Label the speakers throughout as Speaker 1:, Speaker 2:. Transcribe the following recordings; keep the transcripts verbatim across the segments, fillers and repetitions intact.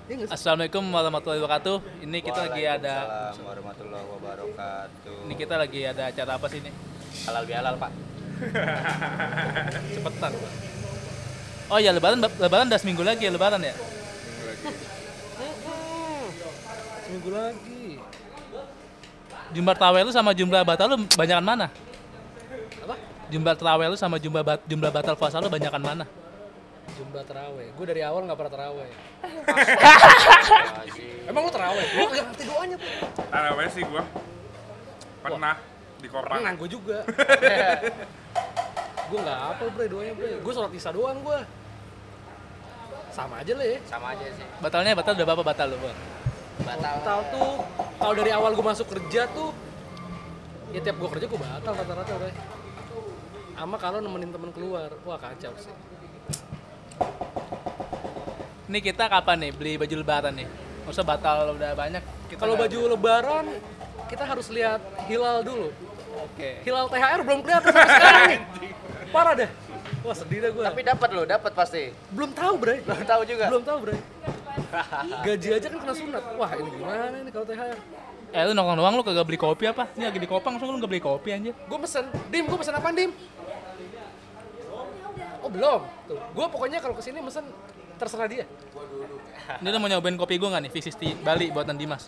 Speaker 1: Ya,
Speaker 2: Assalamualaikum warahmatullahi wabarakatuh. Ini kita lagi ada
Speaker 3: Waalaikumsalam warahmatullahi wabarakatuh.
Speaker 2: Ini kita lagi ada acara apa sih ini?
Speaker 3: Halal bihalal, Pak.
Speaker 2: Cepetan, Pak. Oh ya, lebaran lebaran udah seminggu lagi ya lebaran ya?
Speaker 1: Seminggu lagi.
Speaker 2: Jumlah tarawih lu sama jumlah batal lu banyakan mana?
Speaker 1: Apa?
Speaker 2: Jumlah tarawih lu sama jumlah bat, jumlah batal puasa lu banyakan mana?
Speaker 1: Jumlah terawih. Gue dari awal nggak pernah terawih. Emang lu terawih? Gue nggak ngerti doanya, Pak.
Speaker 4: Tarawih sih gua pernah di Kopang.
Speaker 1: Pernah gue juga. Gue nggak apa bre doanya bre. Gue sholat isya doang gue. Sama aja lah ya.
Speaker 3: Sama aja sih.
Speaker 2: Batalnya batal udah berapa batal lu, Bang?
Speaker 3: Batal.
Speaker 1: Batal tuh kalau dari awal gue masuk kerja tuh ya tiap gue kerja gue batal rata-rata bre. Sama kalau nemenin temen keluar, wah kacau sih.
Speaker 2: Ini kita kapan nih beli baju lebaran nih? Maksudnya batal udah banyak.
Speaker 1: Kalau baju lebaran kita harus lihat hilal dulu.
Speaker 2: Oke.
Speaker 1: Hilal T H R belum kelihatan sampai sekarang nih. Parah deh. Wah sedih dah gue.
Speaker 3: Tapi dapat lo, dapat pasti.
Speaker 1: Belum tahu bre.
Speaker 3: Belum tahu juga.
Speaker 1: Belum tahu bre. Gaji aja kan kena sunat. Wah ini gimana ini kalau T H R?
Speaker 2: Eh lu nongkrong doang lu kagak beli kopi apa? Ini lagi di Kopang, langsung lu nggak beli kopi anjir.
Speaker 1: Gue pesen, Dim, gue pesen apaan Dim? Oh belum. Tuh, gue pokoknya kalau kesini pesen terserah dia.
Speaker 2: Ini lu mau nyobain kopi gua nggak nih? V enam puluh Bali buatan Dimas.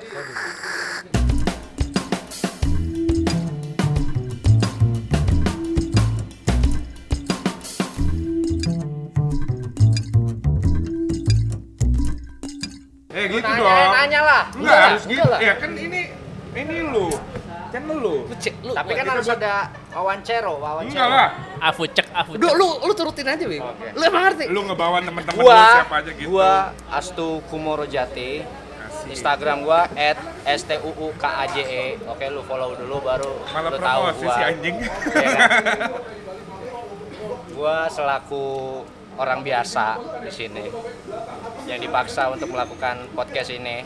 Speaker 4: Eh gitu
Speaker 3: Nanya,
Speaker 4: dong.
Speaker 3: nanya lah.
Speaker 4: Enggak harus gitu.
Speaker 3: lah.
Speaker 4: Ya kan ini ini lu. Kan lu.
Speaker 1: Lu cek, lu.
Speaker 3: Tapi kan
Speaker 4: kita
Speaker 3: harus
Speaker 4: buat-
Speaker 3: ada wawancero, wawancero.
Speaker 4: Enggak lah.
Speaker 2: Afu cek, afu
Speaker 1: Lu,
Speaker 2: cek.
Speaker 1: lu, lu turutin aja, Bang.
Speaker 3: Oke.
Speaker 1: Lu emang ngerti?
Speaker 4: Lu ngebawa temen-temen lu
Speaker 3: Gua,
Speaker 4: siapa aja gitu.
Speaker 3: gua Astu Kumorojati.
Speaker 4: Asik.
Speaker 3: Instagram gua et s t u u k a j e. Oke, lu follow dulu baru
Speaker 4: Malah
Speaker 3: lu tahu
Speaker 4: promosi
Speaker 3: gua.
Speaker 4: si anjing.
Speaker 3: Iya kan? Gua selaku orang biasa di sini yang dipaksa untuk melakukan podcast ini.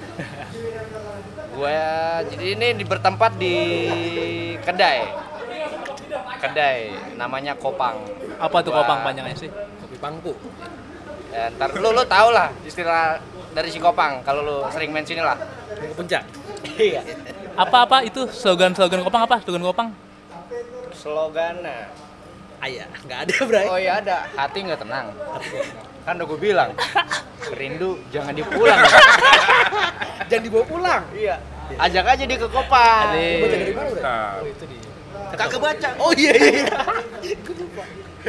Speaker 3: Gue jadi ini di bertempat di kedai. Kedai namanya Kopang.
Speaker 2: Apa tuh
Speaker 3: Gua-
Speaker 2: Kopang panjangnya sih?
Speaker 1: Kopi pangku.
Speaker 3: Ya, ntar lu lu tau lah istilah dari si Kopang kalau lu sering main sini lah.
Speaker 1: Ke puncak.
Speaker 3: Iya.
Speaker 2: Apa-apa itu slogan-slogan Kopang apa? Slogan Kopang?
Speaker 3: Slogannya.
Speaker 1: Ayah, nggak ada, Bray.
Speaker 3: Oh iya ada, hati nggak tenang. Kan udah gue bilang, rindu jangan dipulang.
Speaker 1: Jangan dibawa pulang.
Speaker 3: Iya. Ajak aja dia ke Kopang.
Speaker 2: Ade.
Speaker 1: Baca dari mana, Bray?
Speaker 4: Nah,
Speaker 1: Oh, itu di.
Speaker 3: Kagak baca.
Speaker 1: Oh iya iya. Gue lupa.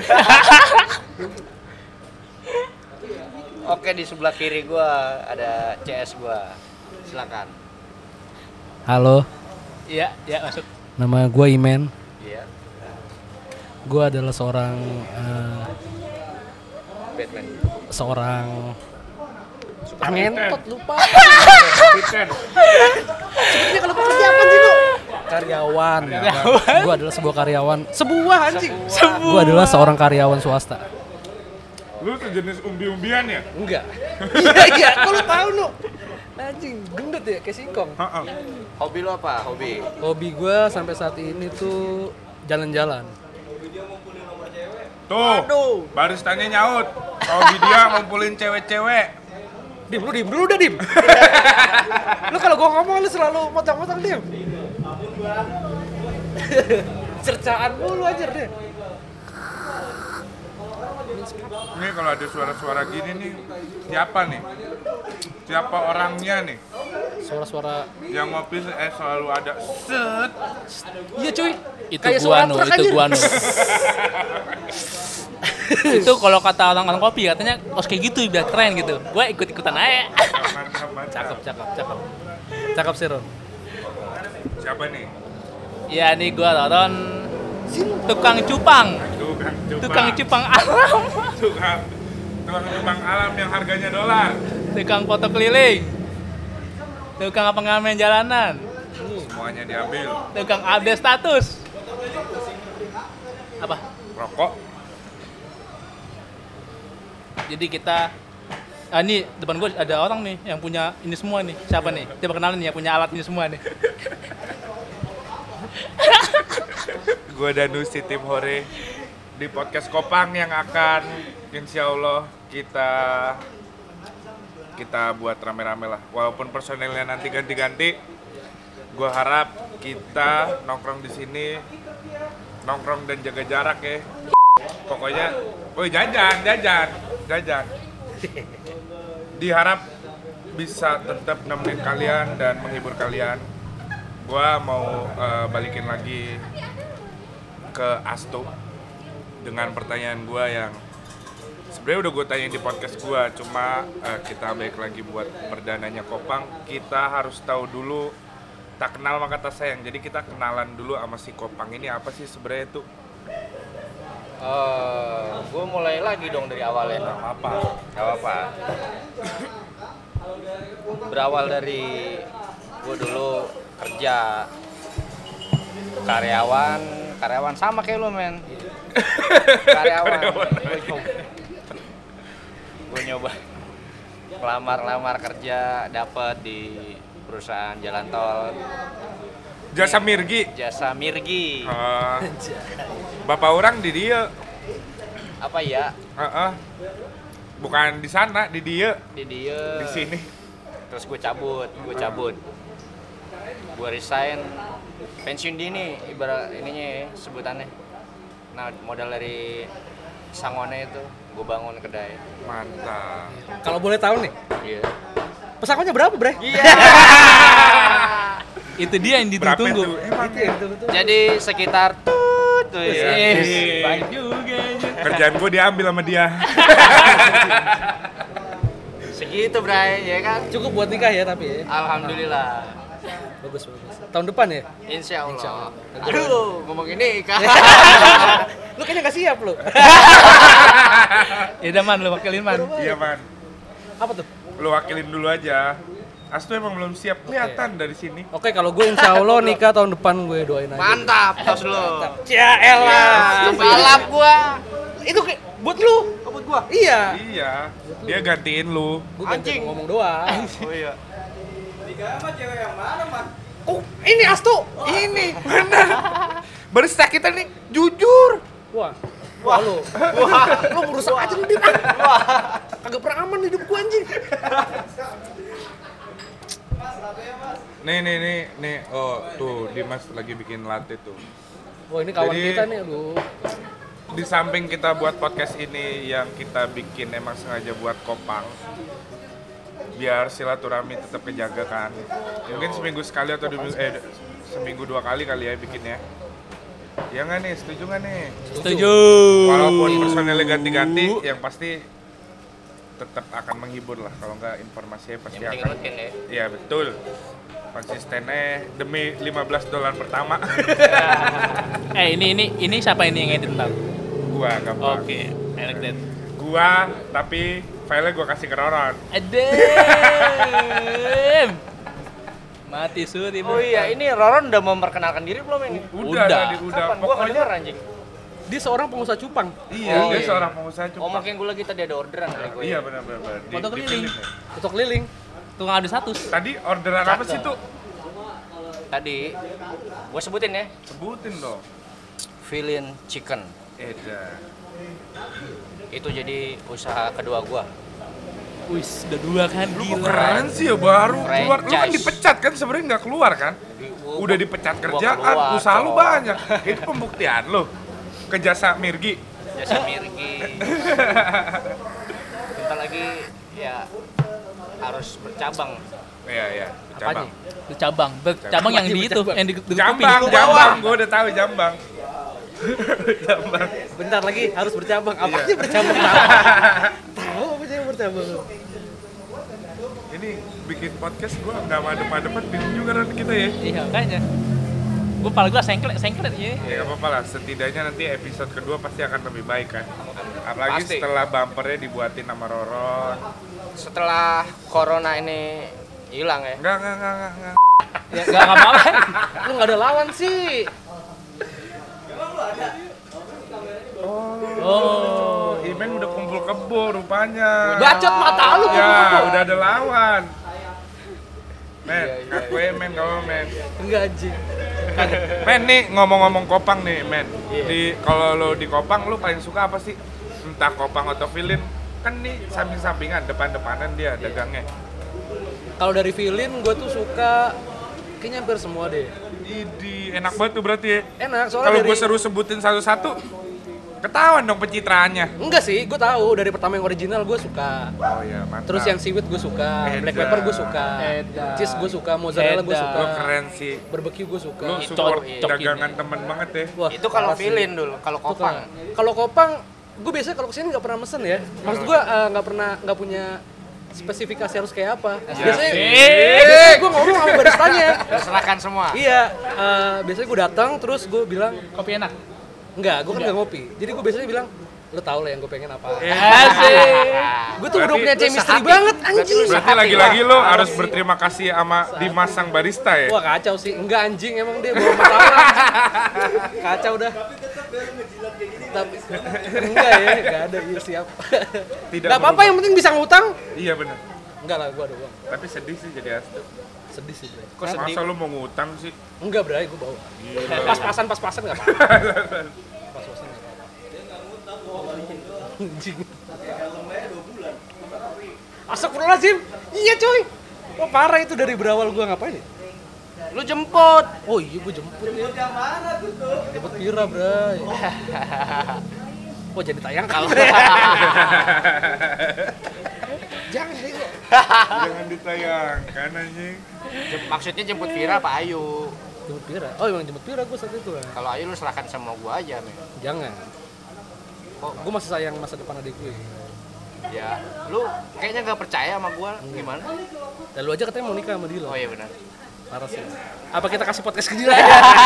Speaker 3: Oke, di sebelah kiri gua ada C S gua. Silakan.
Speaker 1: Halo,
Speaker 2: Iya, ya masuk.
Speaker 1: nama gue Imen.
Speaker 3: Iya.
Speaker 1: Gue adalah seorang eh,
Speaker 3: Batman.
Speaker 1: seorang ngentot lupa.
Speaker 4: Weekend.
Speaker 1: Sebenarnya kalau pekerja apa sih lu? Karyawan. Gue adalah sebuah karyawan. Sebuah anjing. Gue adalah seorang karyawan swasta.
Speaker 4: Lu sejenis umbi-umbian ya?
Speaker 1: Enggak. Iya iya. Kok lu tahu lu? Anjing gendut ya kayak singkong.
Speaker 4: Heeh.
Speaker 3: Hobi lo apa? Hobi.
Speaker 1: Hobi gue sampai saat ini tuh jalan-jalan.
Speaker 4: Tuh.
Speaker 3: Aduh.
Speaker 4: Baristanya nyaut. Hobi dia ngumpulin cewek-cewek.
Speaker 1: Dim, lu dim dulu udah dim. Lu kalau gua ngomong lu selalu motong-motong dim. Cercaan mulu aja deh.
Speaker 4: Ini kalau ada suara-suara gini nih, siapa nih? Siapa orangnya nih?
Speaker 1: Suara-suara.
Speaker 4: Yang ngopi eh selalu ada set.
Speaker 1: Iya cuy.
Speaker 2: Itu
Speaker 1: Kayak
Speaker 2: gua
Speaker 1: suara
Speaker 2: nu,
Speaker 1: truk
Speaker 2: itu
Speaker 1: aja.
Speaker 2: gua nu. Itu kalau kata orang-orang kopi katanya harus kayak gitu biar keren gitu. Gue ikut-ikutan aja.
Speaker 4: Mantap, mantap.
Speaker 1: Cakep, cakep, cakep. Cakep sih Ron.
Speaker 4: Siapa nih?
Speaker 2: Ya nih gua Roron tukang cupang.
Speaker 4: Tukang cupang.
Speaker 2: Tukang cupang alam.
Speaker 4: Tukang tukang cupang alam yang harganya dolar.
Speaker 2: Tukang foto keliling. Tukang pengamen jalanan.
Speaker 4: Semuanya diambil.
Speaker 2: Tukang update status. Apa?
Speaker 4: Rokok.
Speaker 2: Jadi kita ah ini depan gue ada orang nih yang punya ini semua nih. Siapa nih? Coba kenalin ya punya alat ini semua nih.
Speaker 4: Gue Danusi Tim Hore di podcast Kopang yang akan insya Allah kita kita buat rame-rame lah. Walaupun personelnya nanti ganti-ganti, gue harap kita nongkrong di sini, nongkrong dan jaga jarak ya. Pokoknya, woi jajan, jajan, jajan. Diharap bisa tetap nemenin kalian dan menghibur kalian. Gue mau uh, balikin lagi ke Asto dengan pertanyaan gue yang sebenarnya udah gue tanya di podcast gue, cuma uh, kita balik lagi buat perdananya Kopang. Kita harus tahu dulu, tak kenal maka tak sayang. Jadi kita kenalan dulu sama si Kopang ini apa sih sebenarnya tuh?
Speaker 3: Uh, gue mulai lagi dong dari awalnya.
Speaker 4: Gak apa-apa.
Speaker 3: Gak apa-apa. Berawal dari gue dulu kerja karyawan, karyawan sama kayak lu men. Karyawan. Gue nyoba, gue nyoba ngelamar-lamar kerja, dapet di perusahaan jalan tol.
Speaker 4: Jasa Mirgi.
Speaker 3: Jasa Mirgi.
Speaker 4: Uh, bapak orang di dia.
Speaker 3: Apa ya?
Speaker 4: Uh-uh. Bukan di sana, di dia.
Speaker 3: Di dia.
Speaker 4: Di sini.
Speaker 3: Terus gue cabut, gue cabut. Gue resign, pensiun dini ibarat ininya ya, sebutannya. Nah, modal dari Sangone itu, gue bangun kedai.
Speaker 4: Mantap.
Speaker 1: Kalau boleh tahu nih,
Speaker 3: Iya.
Speaker 1: pesangonnya berapa, Bre?
Speaker 3: Iya.
Speaker 2: Itu dia yang
Speaker 4: Berapa
Speaker 2: ditunggu.
Speaker 4: itu? Emang
Speaker 3: Jadi sekitar tut tuh ya.
Speaker 4: Yes.
Speaker 2: Baik juga aja.
Speaker 4: kerjaan gue diambil sama dia.
Speaker 3: Segitu, Bray, ya kan?
Speaker 1: Cukup buat nikah ya tapi ya.
Speaker 3: Alhamdulillah.
Speaker 1: Bagus bagus. Tahun depan ya?
Speaker 3: Insya Allah.
Speaker 1: Insya Allah.
Speaker 3: Aduh, ngomong ini kak.
Speaker 1: Lu kayaknya nggak siap lu.
Speaker 2: Ya udah man, lu wakilin man.
Speaker 4: Iya man,
Speaker 1: Apa tuh?
Speaker 4: lu wakilin dulu aja. Astu emang belum siap, kelihatan dari sini.
Speaker 1: Oke, kalau gue insya Allah nikah tahun depan gue doain aja.
Speaker 3: Mantap, tos lu.
Speaker 1: Ya elah.
Speaker 3: Balap gua.
Speaker 1: Itu kayak buat lu.
Speaker 3: Oh, buat gua.
Speaker 1: Iya.
Speaker 4: Iya, dia gantiin lu.
Speaker 1: Gue ganti
Speaker 3: Anjing.
Speaker 1: ngomong doang.
Speaker 3: Oh iya.
Speaker 1: Oh, ini Astu.
Speaker 4: Ini benar. Bersah kita nih, jujur.
Speaker 1: Wah. Wah lu. Wah, lu merusak aja lu, Dit. Wah. Kagak pernah aman hidup gua anjing.
Speaker 4: Nih nih nih nih, oh tuh Dimas lagi bikin latte tuh.
Speaker 1: Wah, ini kawan
Speaker 4: Jadi-
Speaker 1: kita nih, aduh.
Speaker 4: Di samping kita buat podcast ini yang kita bikin emang sengaja buat Kopang, biar silaturahmi tetap kejaga kan. Mungkin seminggu sekali atau dua, eh, seminggu dua kali kali ya bikinnya. Ya nggak nih, setuju nggak nih?
Speaker 2: Setuju.
Speaker 4: Walaupun personelnya ganti-ganti, yang pasti tetap akan menghibur lah. Kalau nggak informasinya pasti
Speaker 3: Yang penting
Speaker 4: akan.
Speaker 3: rutin ya.
Speaker 4: Iya betul. Konsistennya demi lima belas dolar pertama.
Speaker 2: Eh ini ini ini siapa ini yang ngedit ntar?
Speaker 4: Gua gampang.
Speaker 2: Oke, I like that.
Speaker 4: Gua tapi filenya gua kasih ke Roron.
Speaker 2: Adem. Mati suri.
Speaker 3: Oh iya, ini Roron udah memperkenalkan diri belum ini?
Speaker 4: Udah,
Speaker 2: Udah.
Speaker 4: tadi udah.
Speaker 3: Kapan? Gua kedenger anjing.
Speaker 1: Dia seorang pengusaha cupang.
Speaker 4: Iya,
Speaker 3: Oh,
Speaker 4: dia
Speaker 3: iya.
Speaker 4: seorang pengusaha
Speaker 3: Oh,
Speaker 4: cupang.
Speaker 3: mungkin gue lagi tadi ada orderan kali gue.
Speaker 4: Iya benar benar. benar. Di-
Speaker 2: Foto
Speaker 4: di
Speaker 2: keliling.
Speaker 4: film ya.
Speaker 1: Untuk keliling.
Speaker 2: Tukang adu satu.
Speaker 4: Tadi orderan apa sih tuh?
Speaker 3: Tadi gue sebutin ya,
Speaker 4: Sebutin dong.
Speaker 3: Filin Chicken.
Speaker 4: Eda.
Speaker 3: Itu jadi usaha kedua gua.
Speaker 2: Wis, udah dua kan
Speaker 4: Lu kok
Speaker 2: gila.
Speaker 4: keren sih ya baru keluar. Lu kan
Speaker 3: Franchise.
Speaker 4: dipecat kan sebenarnya nggak keluar kan? Udah dipecat
Speaker 3: Gua
Speaker 4: kerjaan,
Speaker 3: keluar,
Speaker 4: usaha lu
Speaker 3: coy.
Speaker 4: banyak. Itu pembuktian lu. Ke Jasa Mirgi.
Speaker 3: Jasa Mirgi. Bentar lagi ya harus bercabang.
Speaker 4: Iya iya, cabang.
Speaker 2: Itu cabang, Ber- cabang yang di itu,
Speaker 1: Cabang.
Speaker 2: yang di, di
Speaker 4: Jambang,
Speaker 2: kuping.
Speaker 4: jambang, gua udah tahu jambang. Jambang.
Speaker 1: Bentar lagi harus bercabang. Apa
Speaker 4: Iya.
Speaker 1: aja bercabang? Tahu apa aja yang bercabang?
Speaker 4: Ini bikin podcast gua nggak madep-madepan bingung juga kan kita ya.
Speaker 2: Iya, kayaknya. Gue pala gue sengklet, sengklet ya.
Speaker 4: Ya nggak apa-apa lah, setidaknya nanti episode kedua pasti akan lebih baik kan. Apalagi
Speaker 3: Pasti.
Speaker 4: setelah bumpernya dibuatin sama Roron.
Speaker 3: Setelah corona ini hilang ya.
Speaker 4: Enggak, enggak, enggak, enggak, enggak.
Speaker 2: Ya enggak apa-apa.
Speaker 1: Lu nggak ada lawan sih.
Speaker 2: Oh.
Speaker 4: Imen udah kumpul kebo rupanya.
Speaker 1: Bacot mata lu.
Speaker 4: Ya, udah ada lawan. Men,
Speaker 3: Iya, iya,
Speaker 4: ngaku ya men, kalau men.
Speaker 1: Enggak anjing.
Speaker 4: Men nih ngomong-ngomong Kopang nih men.
Speaker 3: Iya.
Speaker 4: Di kalau lo di Kopang lo paling suka apa sih? Entah Kopang atau Filin. Kan nih samping-sampingan, depan-depanan dia dagangnya.
Speaker 1: Kalau dari Filin gue tuh suka kayaknya hampir semua deh.
Speaker 4: Idi, enak banget tuh berarti ya.
Speaker 1: Enak soalnya
Speaker 4: Kalau
Speaker 1: dari
Speaker 4: gue seru sebutin satu-satu, ketahuan dong pencitraannya.
Speaker 1: enggak sih, gue tahu dari pertama yang original gue suka.
Speaker 4: Oh iya, mantap.
Speaker 1: Terus yang seaweed gue suka,
Speaker 4: Edan.
Speaker 1: black pepper gue suka,
Speaker 2: Edan.
Speaker 1: cheese gue suka, mozzarella gue
Speaker 2: Edan.
Speaker 1: suka,
Speaker 4: Lo keren sih.
Speaker 1: barbecue gue suka.
Speaker 4: Lo
Speaker 2: Cocok-
Speaker 4: support
Speaker 2: cocok
Speaker 4: dagangan
Speaker 2: ini.
Speaker 4: temen banget ya.
Speaker 1: Wah,
Speaker 3: Itu kalau
Speaker 1: parah sih.
Speaker 3: Filin dulu, kalau
Speaker 1: Itu
Speaker 3: Kopang.
Speaker 1: kalau- Kalau Kopang, gue biasanya kalau kesini nggak pernah mesen ya. Maksud gue eh, nggak pernah nggak punya spesifikasi harus kayak apa. Biasanya, biasanya gue ngomong sama baristanya.
Speaker 3: Serahkan semua.
Speaker 1: Iya, eh, biasanya gue datang terus gue bilang
Speaker 2: Kopi enak.
Speaker 1: enggak, gue kan nggak ngopi. Jadi gue biasanya bilang lo tau lah yang gue pengen apa.
Speaker 2: Asik.
Speaker 1: Gue tuh udah
Speaker 4: Berarti
Speaker 1: punya
Speaker 3: lu
Speaker 1: chemistry
Speaker 3: sehati.
Speaker 1: banget
Speaker 3: Berarti lu
Speaker 1: anjing.
Speaker 4: Berarti lagi-lagi lo harus berterima kasih sama Dimas sang barista ya.
Speaker 1: Wah kacau sih, enggak anjing emang dia bawa masalah anjing. Kacau dah. Tapi enggak ya, enggak ada, iya siap.
Speaker 4: Tidak
Speaker 1: Enggak apa-apa,
Speaker 4: berubah.
Speaker 1: yang penting bisa ngutang.
Speaker 4: Iya bener.
Speaker 1: Enggak lah, gua ada uang.
Speaker 4: Tapi sedih sih jadi astu.
Speaker 1: Sedih sih, Bre.
Speaker 3: Kok sedih?
Speaker 4: Masa lo mau ngutang sih?
Speaker 1: Enggak, Bre, gua bawa.
Speaker 4: Gila.
Speaker 1: Pas-pasan, pas-pasan enggak apa-apa. Pas-pasan enggak apa-apa. Anjing. Astagfirullahaladzim. Iya, coy. Wah, parah itu dari berawal gua ngapain ya?
Speaker 3: Lu jemput.
Speaker 1: Oh iya, gua jemput ya. Jemput Pira, Bray. Oh, jadi tayang kalau. Jangan deh, gua.
Speaker 4: Jangan ditayangkan anjing.
Speaker 3: Jem- Maksudnya jemput Vira apa Ayu?
Speaker 1: Jemput Pira. Oh, emang jemput Pira gua saat itu. Ya.
Speaker 3: Kalau Ayu lu serahkan sama gua aja, men.
Speaker 1: Jangan. Kok gua masih sayang masa depan adik gue.
Speaker 3: Ya, lu kayaknya nggak percaya sama gua. Gimana?
Speaker 1: Dan lu aja katanya mau nikah sama Dila.
Speaker 3: Oh iya benar.
Speaker 1: Parah sih. Apa kita kasih podcast ke Dila aja?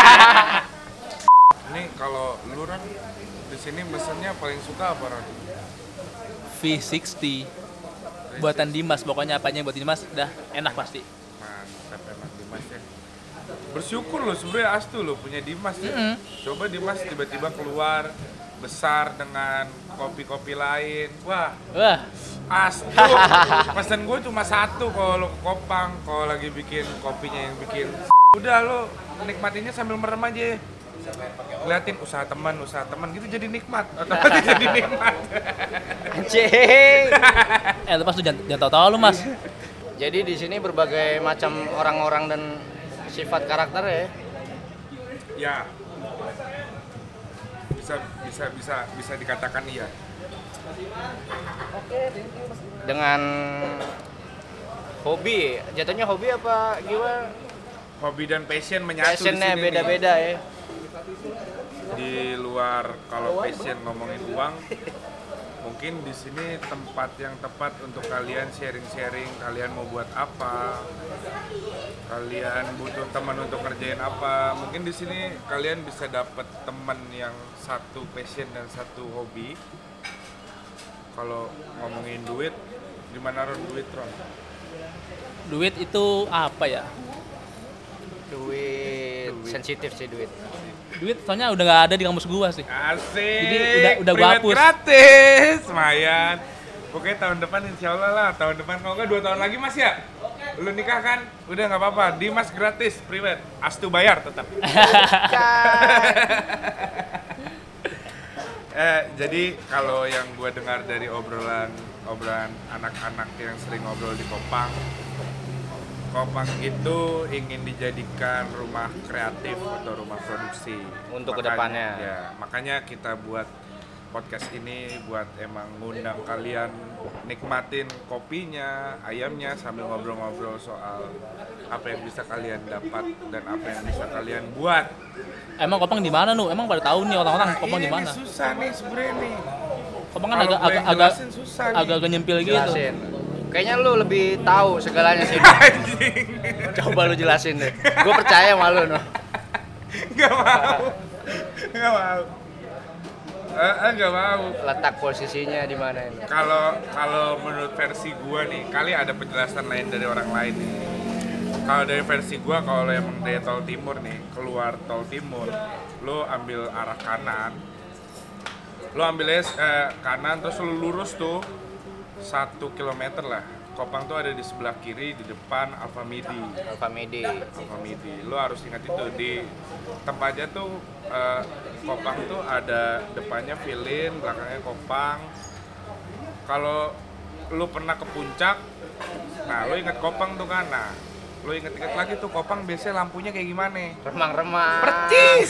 Speaker 4: Ini kalau lu Ran di sini mesennya paling suka apa Ran?
Speaker 2: V enam puluh. Buatan Dimas, pokoknya apanya buat Dimas udah enak pasti.
Speaker 4: Mantap emang Dimas ya. Bersyukur lo sebenarnya astu lo punya Dimas ya.
Speaker 2: Mm-mm.
Speaker 4: Coba Dimas tiba-tiba keluar besar dengan kopi-kopi lain. Wah,
Speaker 2: Wah,
Speaker 4: astu. Pesan gue cuma satu kalau lo ke Kopang, kalau lagi bikin kopinya yang bikin. Udah lo nikmatinnya sambil merem aja. Liatin usaha teman, usaha teman gitu jadi nikmat. Otomatis jadi nikmat.
Speaker 3: Anjing.
Speaker 2: eh lepas tuh jangan, jangan tahu-tahu lu Mas.
Speaker 3: Jadi di sini berbagai macam orang-orang dan sifat karakter ya.
Speaker 4: Ya. Bisa bisa bisa bisa dikatakan iya.
Speaker 3: Dengan hobi, jatuhnya hobi apa gimana?
Speaker 4: Hobi dan passion menyatu di
Speaker 3: Passionnya
Speaker 4: sini nih.
Speaker 3: beda-beda ya.
Speaker 4: Di luar kalau passion ngomongin uang, mungkin di sini tempat yang tepat untuk kalian sharing-sharing. Kalian mau buat apa? Kalian butuh teman untuk ngerjain apa? Mungkin di sini kalian bisa dapat teman yang satu passion dan satu hobi. Kalau ngomongin duit, gimana Ron duit Ron?
Speaker 2: Duit itu apa ya?
Speaker 3: Duit,
Speaker 4: Duit.
Speaker 3: sensitif sih duit.
Speaker 2: Duit soalnya udah nggak ada di kamus gua sih.
Speaker 4: Asik.
Speaker 2: Jadi udah- udah gua
Speaker 4: Private
Speaker 2: hapus.
Speaker 4: gratis, lumayan. Pokoknya tahun depan insya Allah lah, tahun depan kalau nggak dua tahun lagi Mas ya. Lu nikah kan? Udah nggak apa-apa, Dimas gratis, private. Astu bayar tetap. eh, jadi kalau yang gue dengar dari obrolan obrolan anak-anak yang sering ngobrol di Kopang, Kopang itu ingin dijadikan rumah kreatif atau rumah produksi
Speaker 3: Untuk
Speaker 4: Makanya-
Speaker 3: kedepannya.
Speaker 4: Ya, makanya kita buat podcast ini buat emang ngundang kalian nikmatin kopinya, ayamnya sambil ngobrol-ngobrol soal apa yang bisa kalian dapat dan apa yang bisa kalian buat.
Speaker 2: Emang Kopang di mana nu? Emang pada tahu nih orang-orang
Speaker 4: Nah,
Speaker 2: Kopang
Speaker 4: ini
Speaker 2: di mana?
Speaker 4: nih susah nih sebenarnya nih.
Speaker 2: Kopang kan
Speaker 4: Kalau
Speaker 2: agak
Speaker 4: gue
Speaker 2: agak
Speaker 4: yang
Speaker 2: agak
Speaker 4: jelasin susah nih.
Speaker 2: agak agak nyempil gitu.
Speaker 3: Jelasin. Kayaknya lu lebih tahu segalanya sih.
Speaker 4: Anjing.
Speaker 3: Coba lu jelasin deh. Gue percaya sama lu, no.
Speaker 4: Gak mau. Gak mau. Eh, eh, gak mau.
Speaker 3: Letak posisinya di mana ini?
Speaker 4: Kalau kalau menurut versi gua nih, kali ada penjelasan lain dari orang lain nih. Kalau dari versi gua, kalau emang dari tol timur nih, keluar tol timur, lo ambil arah kanan, lo ambilnya eh, kanan terus lo lurus tuh satu kilometer lah. Kopang tuh ada di sebelah kiri, di depan Alfamidi.
Speaker 3: Alfamidi.
Speaker 4: Alfamidi. Lo harus ingat itu di tempatnya tuh eh, Kopang tuh ada depannya Filin, belakangnya Kopang. kalau lu pernah ke puncak, nah lu inget Kopang tuh kan, nah lu inget-inget lagi tuh Kopang biasanya lampunya kayak gimana?
Speaker 3: Remang-remang.
Speaker 4: Percis.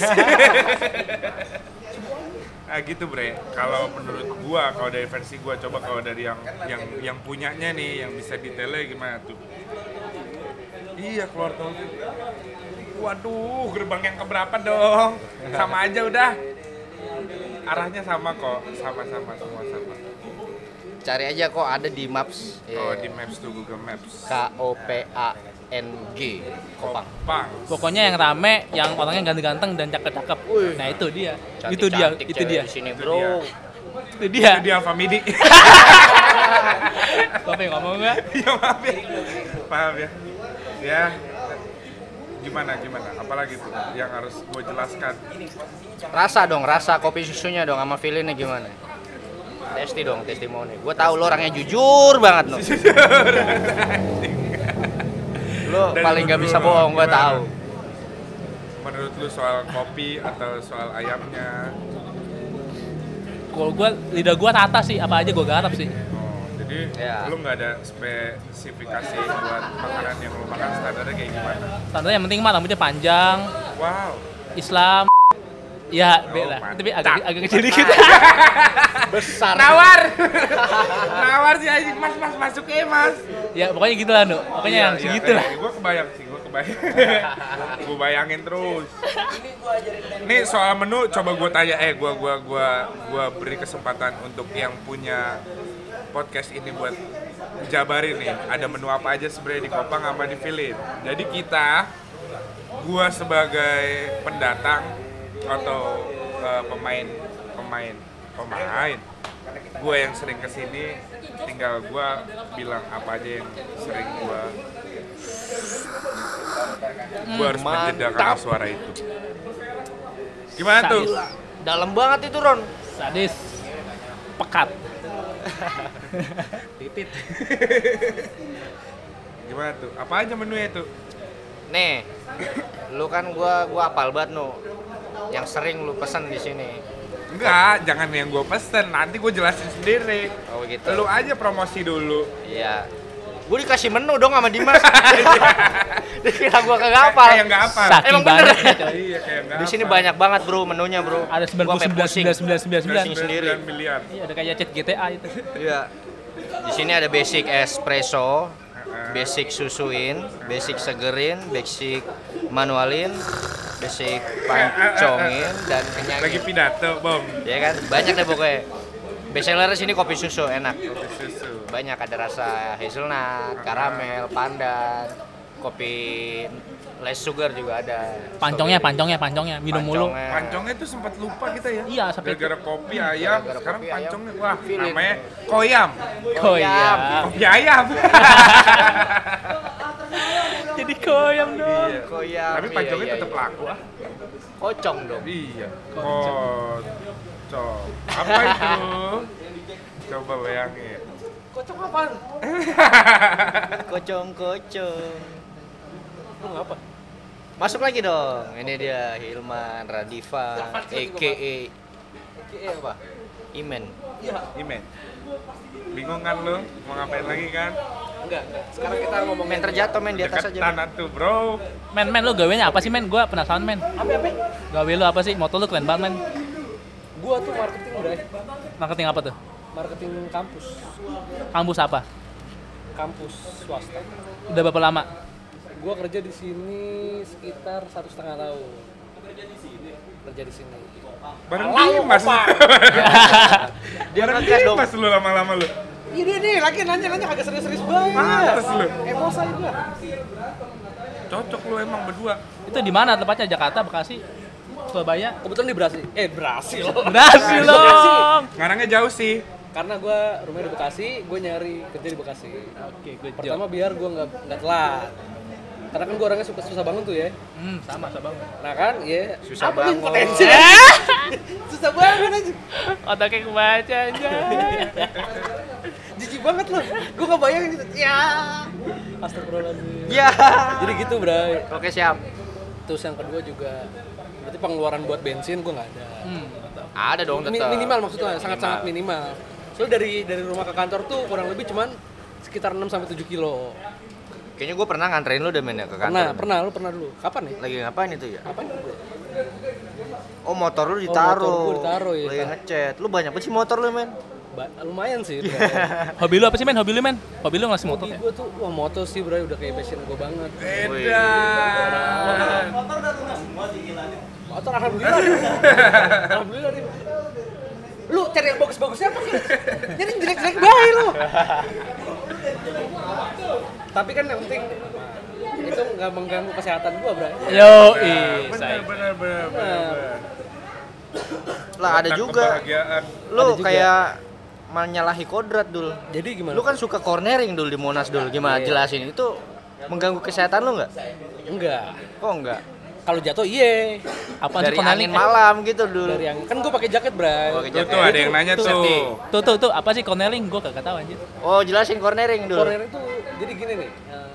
Speaker 4: Nah gitu bre, kalau menurut gua, kalau dari versi gua, coba kalau dari yang yang yang punyanya nih, yang bisa detailnya gimana tuh? Iya keluar tol. Waduh, gerbang yang keberapa dong? Sama aja udah. Arahnya sama kok, sama-sama semua sama.
Speaker 3: Cari aja kok ada di Maps.
Speaker 4: Oh
Speaker 3: Yeah.
Speaker 4: di Maps tuh, Google Maps.
Speaker 3: K O P A N G Kopang.
Speaker 4: Kopang.
Speaker 2: Pokoknya yang rame, yang orangnya ganteng-ganteng dan cakep-cakep. Nah itu dia, itu dia,
Speaker 3: Cantik-cantik
Speaker 2: itu
Speaker 3: cewek
Speaker 2: dia,
Speaker 3: di sini,
Speaker 4: Itu
Speaker 3: bro.
Speaker 4: dia.
Speaker 2: itu dia.
Speaker 4: Itu dia Alfa Midi.
Speaker 2: Apa yang ngomong nggak?
Speaker 4: Ya maaf ya. Paham ya. Ya. Gimana gimana? Apalagi tuh yang harus gue jelaskan?
Speaker 3: Rasa dong, rasa kopi susunya dong sama feelingnya gimana? Testi dong, testimoni. Gue tahu lo orangnya jujur banget lo. Lo
Speaker 4: Dan
Speaker 3: paling gak
Speaker 4: menurut
Speaker 3: bisa
Speaker 4: lu,
Speaker 3: bohong, gue
Speaker 4: gimana?
Speaker 3: tahu.
Speaker 4: Menurut lu soal kopi atau soal ayamnya?
Speaker 2: Kalau gua lidah gua rata sih, apa aja gua garap sih.
Speaker 4: Oh, jadi
Speaker 3: Ya.
Speaker 4: lu nggak ada spesifikasi buat makanan yang lu makan standarnya kayak gimana?
Speaker 2: Standar yang penting mah rambutnya panjang,
Speaker 4: Wow.
Speaker 2: Islam. Ya, B
Speaker 4: Oh,
Speaker 2: lah.
Speaker 4: mantap.
Speaker 2: Tapi agak agak kecil dikit.
Speaker 3: Besar.
Speaker 4: Nawar. Nawar sih anjing, Mas, Mas masuk ya, Mas.
Speaker 2: Ya, pokoknya gitu lah, Nu. Pokoknya yang segitu lah.
Speaker 4: Gue kebayang sih, gue kebayang. Gue bayangin terus. Nih soal menu, coba gue tanya, eh, gue gua gua gua beri kesempatan untuk yang punya podcast ini buat jabarin nih, ada menu apa aja sebenarnya di Kopang sama di Filin. Jadi kita, gue sebagai pendatang atau uh, pemain pemain pemain, gue yang sering kesini, tinggal gue bilang apa aja yang sering gue gue harus menjeda karena suara itu. Gimana tuh?
Speaker 3: Dalam banget itu, Ron.
Speaker 2: Sadis. Pekat.
Speaker 1: Titit.
Speaker 4: Gimana tuh? Apa aja menunya tuh?
Speaker 3: Nih, lu kan gua gua apal banget nu. Yang sering lu pesen di sini.
Speaker 4: Enggak, jangan yang gue pesen, nanti gue jelasin sendiri.
Speaker 3: Oh gitu.
Speaker 4: Lu aja promosi dulu.
Speaker 3: Iya. Gue dikasih menu dong sama Dimas. Dikira gua kagak hafal.
Speaker 4: Kayak nggak apa.
Speaker 2: Saking
Speaker 3: Emang bener.
Speaker 2: banyaknya, coy.
Speaker 4: Iya, kayak nggak
Speaker 3: Di sini
Speaker 4: apa.
Speaker 3: banyak banget, Bro, menunya, Bro.
Speaker 2: Ada sembilan
Speaker 3: Gua
Speaker 2: puluh
Speaker 3: sampai
Speaker 2: sembilan
Speaker 3: pusing.
Speaker 2: sembilan sembilan sembilan sembilan.
Speaker 3: Pusing sendiri.
Speaker 4: sembilan miliar.
Speaker 2: Iya, ada kayak chat G T A itu.
Speaker 3: Iya. Di sini ada basic espresso, basic susuin, basic segerin, basic manualin, basic pancongin dan
Speaker 4: Lagi
Speaker 3: kenyangin.
Speaker 4: pidato, Bom.
Speaker 3: Ya kan? Banyak deh pokoknya. Bestseller sini kopi susu enak.
Speaker 4: Kopi susu.
Speaker 3: Banyak, ada rasa hazelnut, karamel, pandan, kopi less sugar juga ada.
Speaker 2: Pancongnya, pancongnya, pancongnya. Minum mulu.
Speaker 3: Pancongnya.
Speaker 4: Pancongnya tuh sempat lupa kita ya.
Speaker 2: Iya, sampai
Speaker 4: gara-gara kopi ayam,
Speaker 3: Gara-gara
Speaker 4: sekarang
Speaker 3: kopi ayam.
Speaker 4: pancongnya wah
Speaker 3: Filin.
Speaker 4: namanya koyam.
Speaker 2: Koyam.
Speaker 4: Kopi ayam.
Speaker 2: Jadi koyam dong.
Speaker 4: Iya.
Speaker 3: Koyam.
Speaker 4: Tapi
Speaker 3: iya,
Speaker 4: pancongnya
Speaker 3: iya,
Speaker 4: tetap
Speaker 3: iya.
Speaker 4: laku ah.
Speaker 3: Kocong dong.
Speaker 4: Iya. Kocok. Apa itu? Coba bayangin.
Speaker 1: Kocok apaan?
Speaker 3: Kocong, kocong.
Speaker 1: Lu ngapa?
Speaker 3: Masuk lagi dong. Ini dia Hilman Radifa, A K A
Speaker 1: Kayak apa?
Speaker 3: Imen.
Speaker 4: Imen. Bingung kan lu? Mau ngapain lagi kan?
Speaker 1: Enggak, enggak. Sekarang kita ngomong
Speaker 3: Men terjatuh men di atas aja.
Speaker 4: Deketan
Speaker 3: Men.
Speaker 4: atuh, bro.
Speaker 2: Men, men, lu gawenya apa sih, men? Gua penasaran, men.
Speaker 1: apa apa?
Speaker 2: Gawe lu apa sih? Motor lu keren banget, men.
Speaker 1: Gua tuh marketing udah.
Speaker 2: Marketing apa tuh?
Speaker 1: Marketing kampus.
Speaker 2: Kampus apa?
Speaker 1: Kampus swasta.
Speaker 2: Udah berapa lama?
Speaker 1: Gua kerja di sini sekitar satu setengah tahun. Kerja di sini.
Speaker 4: Bareng
Speaker 1: Lalu,
Speaker 4: Dimas.
Speaker 1: Pak.
Speaker 3: Dia
Speaker 4: Bareng
Speaker 3: ngegas dong.
Speaker 4: Dimas lu lama-lama lu.
Speaker 1: Ini nih, lagi nanya-nanya kagak serius-serius banget.
Speaker 4: Pantes lu.
Speaker 1: Emosi gua.
Speaker 4: Cocok lu emang berdua.
Speaker 2: Itu di mana tempatnya? Jakarta, Bekasi, Surabaya?
Speaker 1: Kebetulan di Brasi. Eh, Brasi loh.
Speaker 2: Bekasi dong.
Speaker 4: Ngarangnya jauh sih.
Speaker 1: Karena gua rumahnya di Bekasi, gua nyari kerja di Bekasi.
Speaker 2: Oke, good job.
Speaker 1: Pertama biar gua nggak nggak telat. Karena kan gua orangnya suka susah bangun tuh ya.
Speaker 2: Hmm, sama, sama banget.
Speaker 1: Nah kan, ya.
Speaker 3: Susah
Speaker 1: apa nih
Speaker 3: bangun.
Speaker 1: potensi? Susah banget aja.
Speaker 2: Otaknya kebaca aja.
Speaker 1: Jijik banget loh. Gua nggak bayangin gitu. Ya. Astagfirullahaladzim.
Speaker 3: Ya.
Speaker 1: Jadi gitu, Bray.
Speaker 3: Oke, siap.
Speaker 1: Terus yang kedua juga berarti pengeluaran buat bensin gua nggak ada.
Speaker 2: Hmm.
Speaker 3: Ada dong
Speaker 1: Mi-
Speaker 3: tetap.
Speaker 1: minimal maksudnya, sangat-sangat minimal. Soalnya dari dari rumah ke kantor tuh kurang lebih cuman sekitar enam sampai tujuh kilo.
Speaker 3: Kayaknya gue pernah nganterin lu deh men ya ke kantor.
Speaker 1: Pernah, pernah lu pernah dulu. Kapan nih?
Speaker 3: Lagi ngapain itu ya?
Speaker 1: Kapan?
Speaker 3: Oh motor lu ditaruh.
Speaker 1: motor gua ditaruh, ya.
Speaker 3: Lagi ngechat. Lu banyak banget sih motor lu men.
Speaker 1: Ba- lumayan sih.
Speaker 2: Hobi lu apa sih men? Hobi lu men? Hobi lu ngasih motor
Speaker 1: Hobi
Speaker 2: ya?
Speaker 1: gue tuh, wah motor sih bro, udah kayak passion gue banget.
Speaker 4: Edan.
Speaker 1: Motor alhamdulillah. Alhamdulillah nih. Lu cari yang bagus-bagusnya apa sih? Jadi jelek-jelek baik lu. Tapi kan yang penting itu nggak mengganggu kesehatan gua, bro.
Speaker 2: Yo,
Speaker 4: Benar, benar, benar, benar.
Speaker 3: Lah ada
Speaker 4: Tentang
Speaker 3: juga.
Speaker 4: kebahagiaan.
Speaker 3: Lu
Speaker 1: Ada juga.
Speaker 3: kayak menyalahi kodrat dul.
Speaker 1: Jadi gimana?
Speaker 3: Lu kan suka cornering dul di Monas dul. Gimana
Speaker 1: Iya.
Speaker 3: jelasin itu mengganggu kesehatan lu nggak?
Speaker 1: enggak.
Speaker 3: Kok enggak?
Speaker 1: Kalau jatuh iya.
Speaker 2: Apaan
Speaker 3: Dari
Speaker 2: sih
Speaker 3: angin
Speaker 2: cornering?
Speaker 3: malam gitu dul.
Speaker 1: Dari yang kan gua pakai jaket, bro.
Speaker 3: Oh, pakai
Speaker 4: Tuh,
Speaker 3: jaket.
Speaker 4: tuh ada yang nanya
Speaker 3: Tuh,
Speaker 4: tuh.
Speaker 3: safety.
Speaker 2: Tuh tuh tuh apa sih cornering? Gua kagak tahu anjir.
Speaker 3: Oh jelasin cornering dul.
Speaker 1: Corner itu jadi gini nih. eh,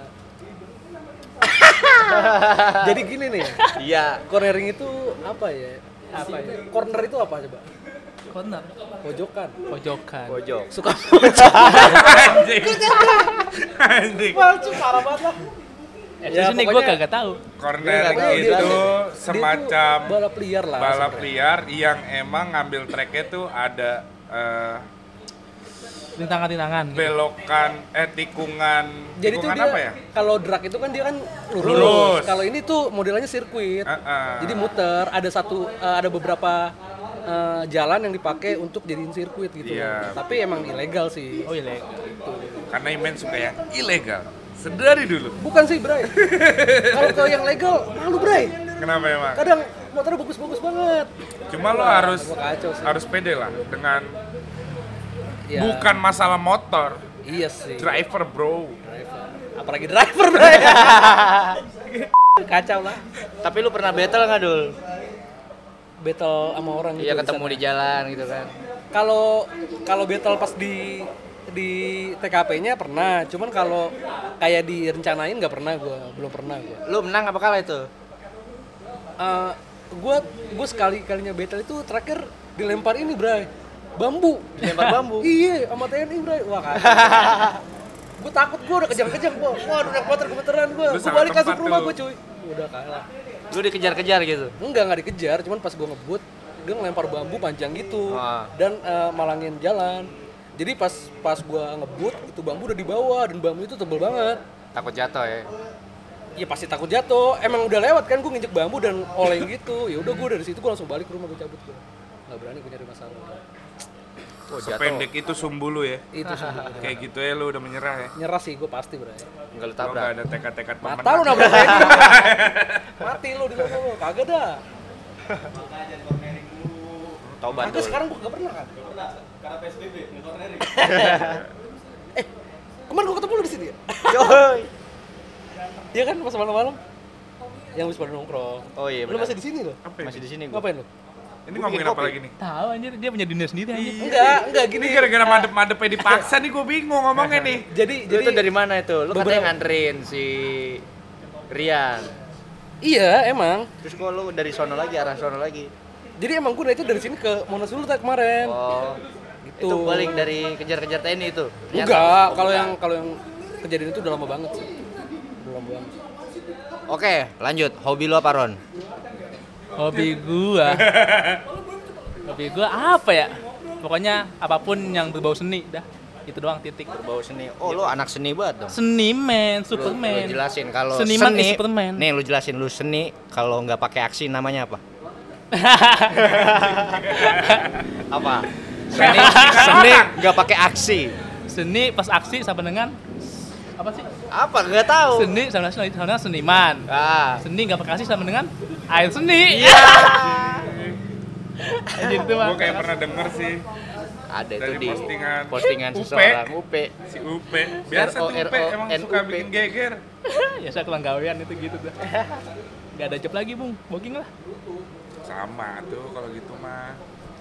Speaker 1: jadi gini nih.
Speaker 3: Iya.
Speaker 1: Cornering itu apa ya? Apa ya? Corner itu apa coba?
Speaker 2: Corner.
Speaker 1: Pojokan.
Speaker 2: Pojokan.
Speaker 3: Pojok.
Speaker 1: Suka pojok.
Speaker 4: Anjing. Anjing.
Speaker 1: Palsu parah banget lah.
Speaker 2: Eh,
Speaker 1: Ya,
Speaker 2: sini gua
Speaker 1: pokoknya-
Speaker 2: kagak tahu.
Speaker 4: Cornering
Speaker 1: Pokoknya dia
Speaker 4: itu
Speaker 1: tuh-
Speaker 4: semacam
Speaker 1: dia tuh balap liar lah.
Speaker 4: balap
Speaker 1: sebenarnya.
Speaker 4: liar yang emang ngambil tracknya tuh ada eh,
Speaker 2: Rintangan-rintangan. gitu.
Speaker 4: belokan, eh tikungan,
Speaker 1: Jadi tuh
Speaker 4: tikungan
Speaker 1: dia
Speaker 4: apa ya?
Speaker 1: kalau drag itu kan dia kan lurus.
Speaker 4: Lurus.
Speaker 1: Kalau ini tuh modelnya sirkuit.
Speaker 4: Ah, ah.
Speaker 1: Jadi muter, ada satu eh, ada beberapa eh, jalan yang dipakai untuk jadiin sirkuit gitu.
Speaker 4: Iya.
Speaker 1: Tapi emang ilegal sih.
Speaker 2: Oh iya.
Speaker 4: Karena Imen suka yang ilegal. Sedari dulu.
Speaker 1: Bukan sih, Bray. Kalau ke yang legal, malu, Bray.
Speaker 4: Kenapa emang?
Speaker 1: Kadang motornya bagus-bagus banget.
Speaker 4: Cuma lo
Speaker 1: Wah,
Speaker 4: harus
Speaker 1: gua kacau sih.
Speaker 4: harus pede lah dengan
Speaker 1: Ya,
Speaker 4: bukan masalah motor,
Speaker 1: Iya sih.
Speaker 4: driver bro.
Speaker 1: Driver. Apalagi driver, Bray. Kacau lah.
Speaker 3: Tapi lu pernah battle nggak dul?
Speaker 1: Battle sama orang
Speaker 3: Iya
Speaker 1: gitu
Speaker 3: ketemu
Speaker 1: sana.
Speaker 3: di jalan gitu kan.
Speaker 1: Kalau kalau battle pas di di T K P-nya pernah, cuman kalau kayak direncanain nggak pernah gue, belum pernah gue.
Speaker 3: Lu menang apa kalah itu?
Speaker 1: Uh, gue gue sekali kalinya battle itu terakhir dilempar ini, Bray, bambu.
Speaker 3: Dilempar bambu?
Speaker 1: Iya, sama T N I, Bray. Wah kacau. Gue takut, gue udah kejang-kejang gue. Wah, udah naik motor gemeteran gue.
Speaker 4: Lu
Speaker 1: Gue
Speaker 4: salah
Speaker 1: balik langsung
Speaker 4: tempat
Speaker 1: ke rumah
Speaker 4: tuh.
Speaker 1: gue, cuy. Udah kalah.
Speaker 3: Lu dikejar-kejar gitu?
Speaker 1: Enggak, enggak dikejar, cuman pas gue ngebut dia ngelempar bambu panjang gitu.
Speaker 3: Wah.
Speaker 1: Dan uh, malangin jalan. Jadi pas pas gue ngebut itu bambu udah di bawah dan bambu itu tebel banget.
Speaker 3: Takut jatuh ya?
Speaker 1: Ya pasti takut jatuh. Emang udah lewat kan gue nginjek bambu dan oleng gitu. Ya udah gue dari situ gue langsung balik ke rumah, gue cabut gue. Nggak berani gue nyari masalah.
Speaker 3: Oh, jatuh.
Speaker 4: Sependek itu sumbu lu ya.
Speaker 1: Itu sih.
Speaker 4: Kayak gitu ya lu udah menyerah ya.
Speaker 1: Nyerah sih gue pasti, Bray.
Speaker 3: Enggak lu
Speaker 4: Lo
Speaker 3: tabrak.
Speaker 4: nggak ada tekad-tekad
Speaker 1: Mata lu nabrak T N I. Mati lu di sana lu. Kagak dah.
Speaker 3: Tobat
Speaker 1: Kagak
Speaker 3: dul.
Speaker 1: sekarang gue gak pernah kan. Karena P S B B, Eh, kemarin gue ketemu lu di sini ya?
Speaker 3: Yoi.
Speaker 1: Iya kan pas malam-malam. Yang habis pada nongkrong.
Speaker 3: Oh iya
Speaker 1: Lu
Speaker 3: benar.
Speaker 1: masih di sini loh.
Speaker 4: Apa ini?
Speaker 3: Masih di sini gua.
Speaker 1: Ngapain lu?
Speaker 4: Ini
Speaker 3: Gua
Speaker 4: ngomongin
Speaker 3: bikin
Speaker 4: apa
Speaker 3: kopi.
Speaker 4: lagi nih?
Speaker 2: Tahu anjir, dia punya dunia sendiri anjir.
Speaker 1: Enggak, enggak
Speaker 4: Ini
Speaker 1: gini.
Speaker 4: gara-gara madep-madepnya dipaksa nih gue bingung ngomongnya nih.
Speaker 1: Jadi
Speaker 3: Lu
Speaker 1: jadi
Speaker 3: tuh dari mana itu? Lu
Speaker 1: beberapa-
Speaker 3: katanya nganterin si Rian.
Speaker 1: Iya, emang.
Speaker 3: Terus kok lu dari sono lagi, arah sono lagi?
Speaker 1: Jadi emang gue itu dari sini ke Monas dulu tak kemarin.
Speaker 3: Oh.
Speaker 1: Gitu.
Speaker 3: Itu balik dari kejar-kejar T N I itu? Ternyata.
Speaker 1: Enggak,
Speaker 3: Oh,
Speaker 1: kalau
Speaker 3: bukan.
Speaker 1: yang kalau yang kejadian itu udah lama banget sih. Udah lama banget.
Speaker 3: Oke, lanjut. Hobi lu apa, Ron?
Speaker 2: Hobi gua. Hobi gua apa ya? Pokoknya apapun yang berbau seni dah. Itu doang titik.
Speaker 3: Berbau seni. Oh, lu anak seni banget dong.
Speaker 2: Seniman,
Speaker 3: Lu,
Speaker 2: Superman.
Speaker 3: lu jelasin kalau
Speaker 2: Seniman
Speaker 3: seni.
Speaker 2: is Superman.
Speaker 3: Nih, lu jelasin lu seni kalau nggak pakai aksi namanya apa? Apa? Seni, seni nggak pakai aksi.
Speaker 2: Seni pas aksi sama dengan apa sih?
Speaker 3: Apa? Nggak tahu.
Speaker 2: Seni sama sama dengan seniman.
Speaker 3: Ah.
Speaker 2: Seni nggak pakai aksi sama dengan air seni.
Speaker 3: Iya.
Speaker 2: Anjir itu mah.
Speaker 4: Gue kayak pernah denger sih
Speaker 3: Ada itu
Speaker 4: dari
Speaker 3: di
Speaker 4: postingan
Speaker 3: postingan
Speaker 4: U P.
Speaker 3: seseorang U P.
Speaker 4: si Upe. Biasa tuh Upe emang suka
Speaker 3: R O N U P.
Speaker 4: bikin geger.
Speaker 2: Ya saya kurang gawean itu gitu dah. Gak ada job lagi, Bung. Booking lah.
Speaker 4: Sama tuh kalau gitu mah.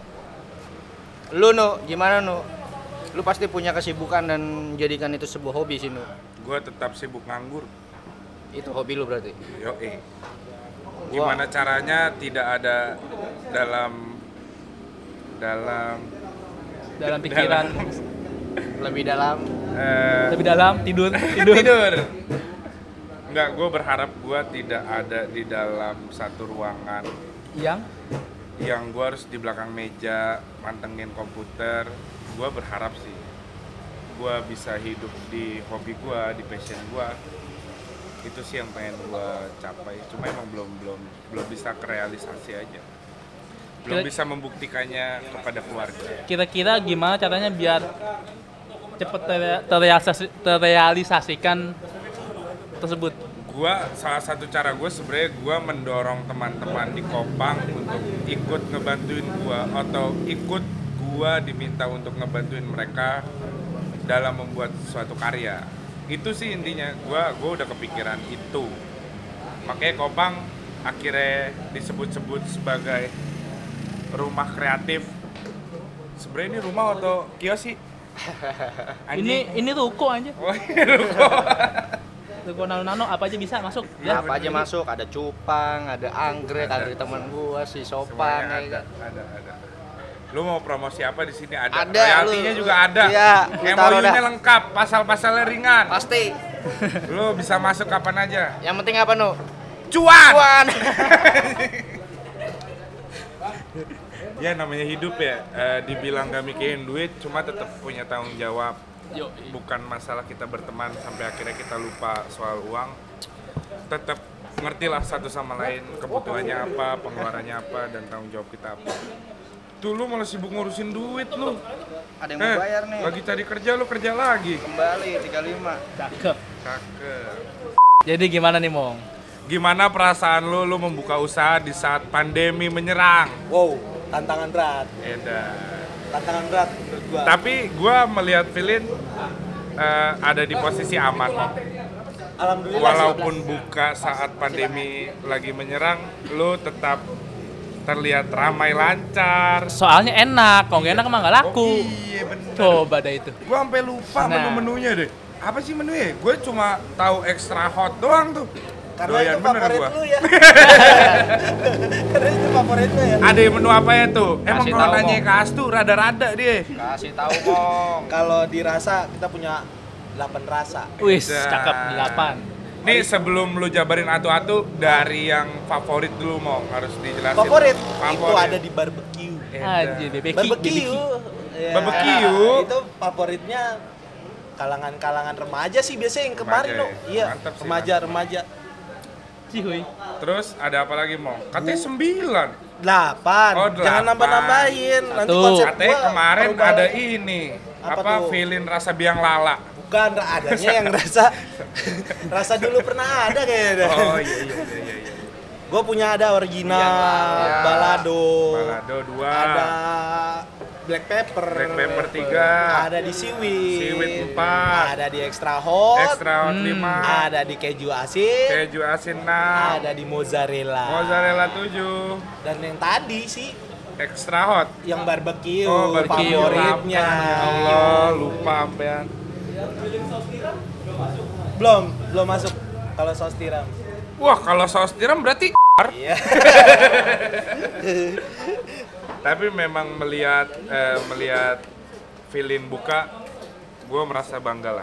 Speaker 3: Lu Nu, gimana Nu? Lu pasti punya kesibukan dan jadikan itu sebuah hobi sih Nu.
Speaker 4: Gue tetap sibuk nganggur.
Speaker 3: Itu hobi lu berarti.
Speaker 4: Yo eh. Gimana caranya tidak ada dalam dalam
Speaker 2: dalam pikiran.
Speaker 3: Lebih dalam.
Speaker 4: Eh,
Speaker 2: Lebih dalam tidur, tidur.
Speaker 4: tidur. Enggak, gue berharap gue tidak ada di dalam satu ruangan
Speaker 2: Yang
Speaker 4: yang gue harus di belakang meja mantengin komputer. Gue berharap sih gue bisa hidup di hobi gue, di passion gue. Itu sih yang pengen gue capai. Cuma emang belum belum belum bisa kerealisasi aja. Belum
Speaker 2: Kira-
Speaker 4: bisa membuktikannya kepada keluarga.
Speaker 2: kira-kira gimana caranya biar cepet tere- terrealisasi- terrealisasikan tersebut?
Speaker 4: Gua salah satu cara gue sebenarnya gue mendorong teman-teman di Kopang untuk ikut ngebantuin gua atau ikut gua diminta untuk ngebantuin mereka dalam membuat suatu karya. Itu sih intinya. Gua gua udah kepikiran itu. Makanya Kopang akhirnya disebut-sebut sebagai rumah kreatif. Sebenarnya ini rumah atau kios sih?
Speaker 2: Ini ini ruko aja.
Speaker 4: Oh, ini ruko.
Speaker 2: Ruko nano-nano apa aja bisa masuk.
Speaker 3: Ya, apa aja masuk, ada cupang, ada anggrek,
Speaker 4: Ada.
Speaker 3: anggrek teman gua, si sopan
Speaker 4: Semuanya
Speaker 3: ya
Speaker 4: ada,
Speaker 3: kan.
Speaker 4: ada, ada. Lu mau promosi apa di sini? Ada.
Speaker 3: Ada,
Speaker 4: Royaltinya
Speaker 3: lu.
Speaker 4: juga ada.
Speaker 3: Iya, lu taruh
Speaker 4: M O U-nya
Speaker 3: dah.
Speaker 4: lengkap, pasal-pasalnya ringan.
Speaker 3: Pasti.
Speaker 4: Lu bisa masuk kapan aja.
Speaker 3: Yang penting apa, Nu?
Speaker 4: Cuan.
Speaker 3: Cuan.
Speaker 4: Ya namanya hidup ya. Eh, dibilang gak mikirin duit, cuma tetap punya tanggung jawab.
Speaker 2: Yo,
Speaker 4: Bukan masalah kita berteman sampai akhirnya kita lupa soal uang. Tetap ngertilah satu sama lain kebutuhannya apa, pengeluarannya apa, dan tanggung jawab kita apa. Tuh lu malah sibuk ngurusin duit lu.
Speaker 3: Ada yang mau bayar nih.
Speaker 4: Lagi cari kerja lu kerja lagi.
Speaker 3: Kembali tiga puluh lima.
Speaker 2: cakep.
Speaker 4: Cakep.
Speaker 2: Jadi gimana nih, Mong?
Speaker 4: Gimana perasaan lu lu membuka usaha di saat pandemi menyerang?
Speaker 5: Wow, tantangan berat,
Speaker 4: Edan.
Speaker 5: tantangan berat menurut gua.
Speaker 4: Tapi gua melihat Filin eh, ada di posisi aman.
Speaker 5: Alhamdulillah
Speaker 4: Walaupun buka saat pandemi lagi menyerang, lu tetap terlihat ramai lancar.
Speaker 2: Soalnya enak, kalau nggak enak emang nggak laku.
Speaker 4: Oh, iya bener.
Speaker 2: Coba deh itu.
Speaker 4: Gua sampai lupa
Speaker 2: Nah.
Speaker 4: menu-menunya deh. Apa sih menunya? Gue cuma tahu extra hot doang tuh.
Speaker 5: karena
Speaker 4: Doyan
Speaker 5: itu
Speaker 4: bener
Speaker 5: favorit
Speaker 4: gua.
Speaker 5: lu ya. Karena itu favorit lu ya.
Speaker 4: Ada yang menu apa ya tuh? Emang
Speaker 3: Kasih
Speaker 4: kalau
Speaker 3: tahu,
Speaker 4: nanya
Speaker 3: Mong.
Speaker 4: ke Astu rada-rada dia.
Speaker 3: Kasih tahu, Mong.
Speaker 5: Kalau dirasa kita punya delapan rasa.
Speaker 2: Wis,
Speaker 4: Edan.
Speaker 2: cakep delapan.
Speaker 4: Nih sebelum lu jabarin atu-atu dari yang favorit dulu mau harus dijelasin.
Speaker 5: Favorit, itu
Speaker 4: Favorit.
Speaker 5: ada di barbecue.
Speaker 4: Edan.
Speaker 2: Aja B B Q.
Speaker 5: Barbecue. Ya,
Speaker 4: Barbecue.
Speaker 5: Itu favoritnya kalangan-kalangan remaja sih biasanya yang kemarin
Speaker 4: Remaja
Speaker 5: loh.
Speaker 4: ya?
Speaker 5: Iya,
Speaker 4: Mantap sih,
Speaker 5: remaja-remaja.
Speaker 2: Cihuy.
Speaker 4: Terus ada apa lagi mau? Katanya sembilan.
Speaker 5: Delapan.
Speaker 4: Oh,
Speaker 5: Jangan
Speaker 4: delapan.
Speaker 5: nambah-nambahin. Nanti
Speaker 2: Satu.
Speaker 5: konsep
Speaker 4: Katanya
Speaker 5: gua
Speaker 4: kemarin
Speaker 5: perubahan.
Speaker 4: ada ini.
Speaker 5: Apa
Speaker 4: Apa,
Speaker 5: tuh?
Speaker 4: Filin rasa biang lala.
Speaker 5: Bukan, adanya yang rasa rasa dulu pernah ada kayaknya.
Speaker 4: Oh iya iya iya iya. iya.
Speaker 5: Gue punya ada original,
Speaker 4: Ya.
Speaker 5: balado,
Speaker 4: Balado dua.
Speaker 5: ada black pepper,
Speaker 4: Black pepper tiga.
Speaker 5: ada di seaweed,
Speaker 4: Seaweed empat.
Speaker 5: ada di extra hot,
Speaker 4: Extra hot
Speaker 2: Hmm.
Speaker 4: lima.
Speaker 5: ada di keju asin,
Speaker 4: Keju asin enam.
Speaker 5: ada di mozzarella,
Speaker 4: Mozzarella tujuh.
Speaker 5: dan yang tadi sih
Speaker 4: Extra hot.
Speaker 5: yang barbecue,
Speaker 4: Oh, barbecue.
Speaker 5: favoritnya.
Speaker 4: Ya Allah, lupa ampean.
Speaker 5: Belum, belum masuk kalau saus tiram.
Speaker 4: Wah, kalau saus tiram berarti
Speaker 5: Iya.
Speaker 4: tapi memang melihat eh, melihat Filin buka, gue merasa bangga lah.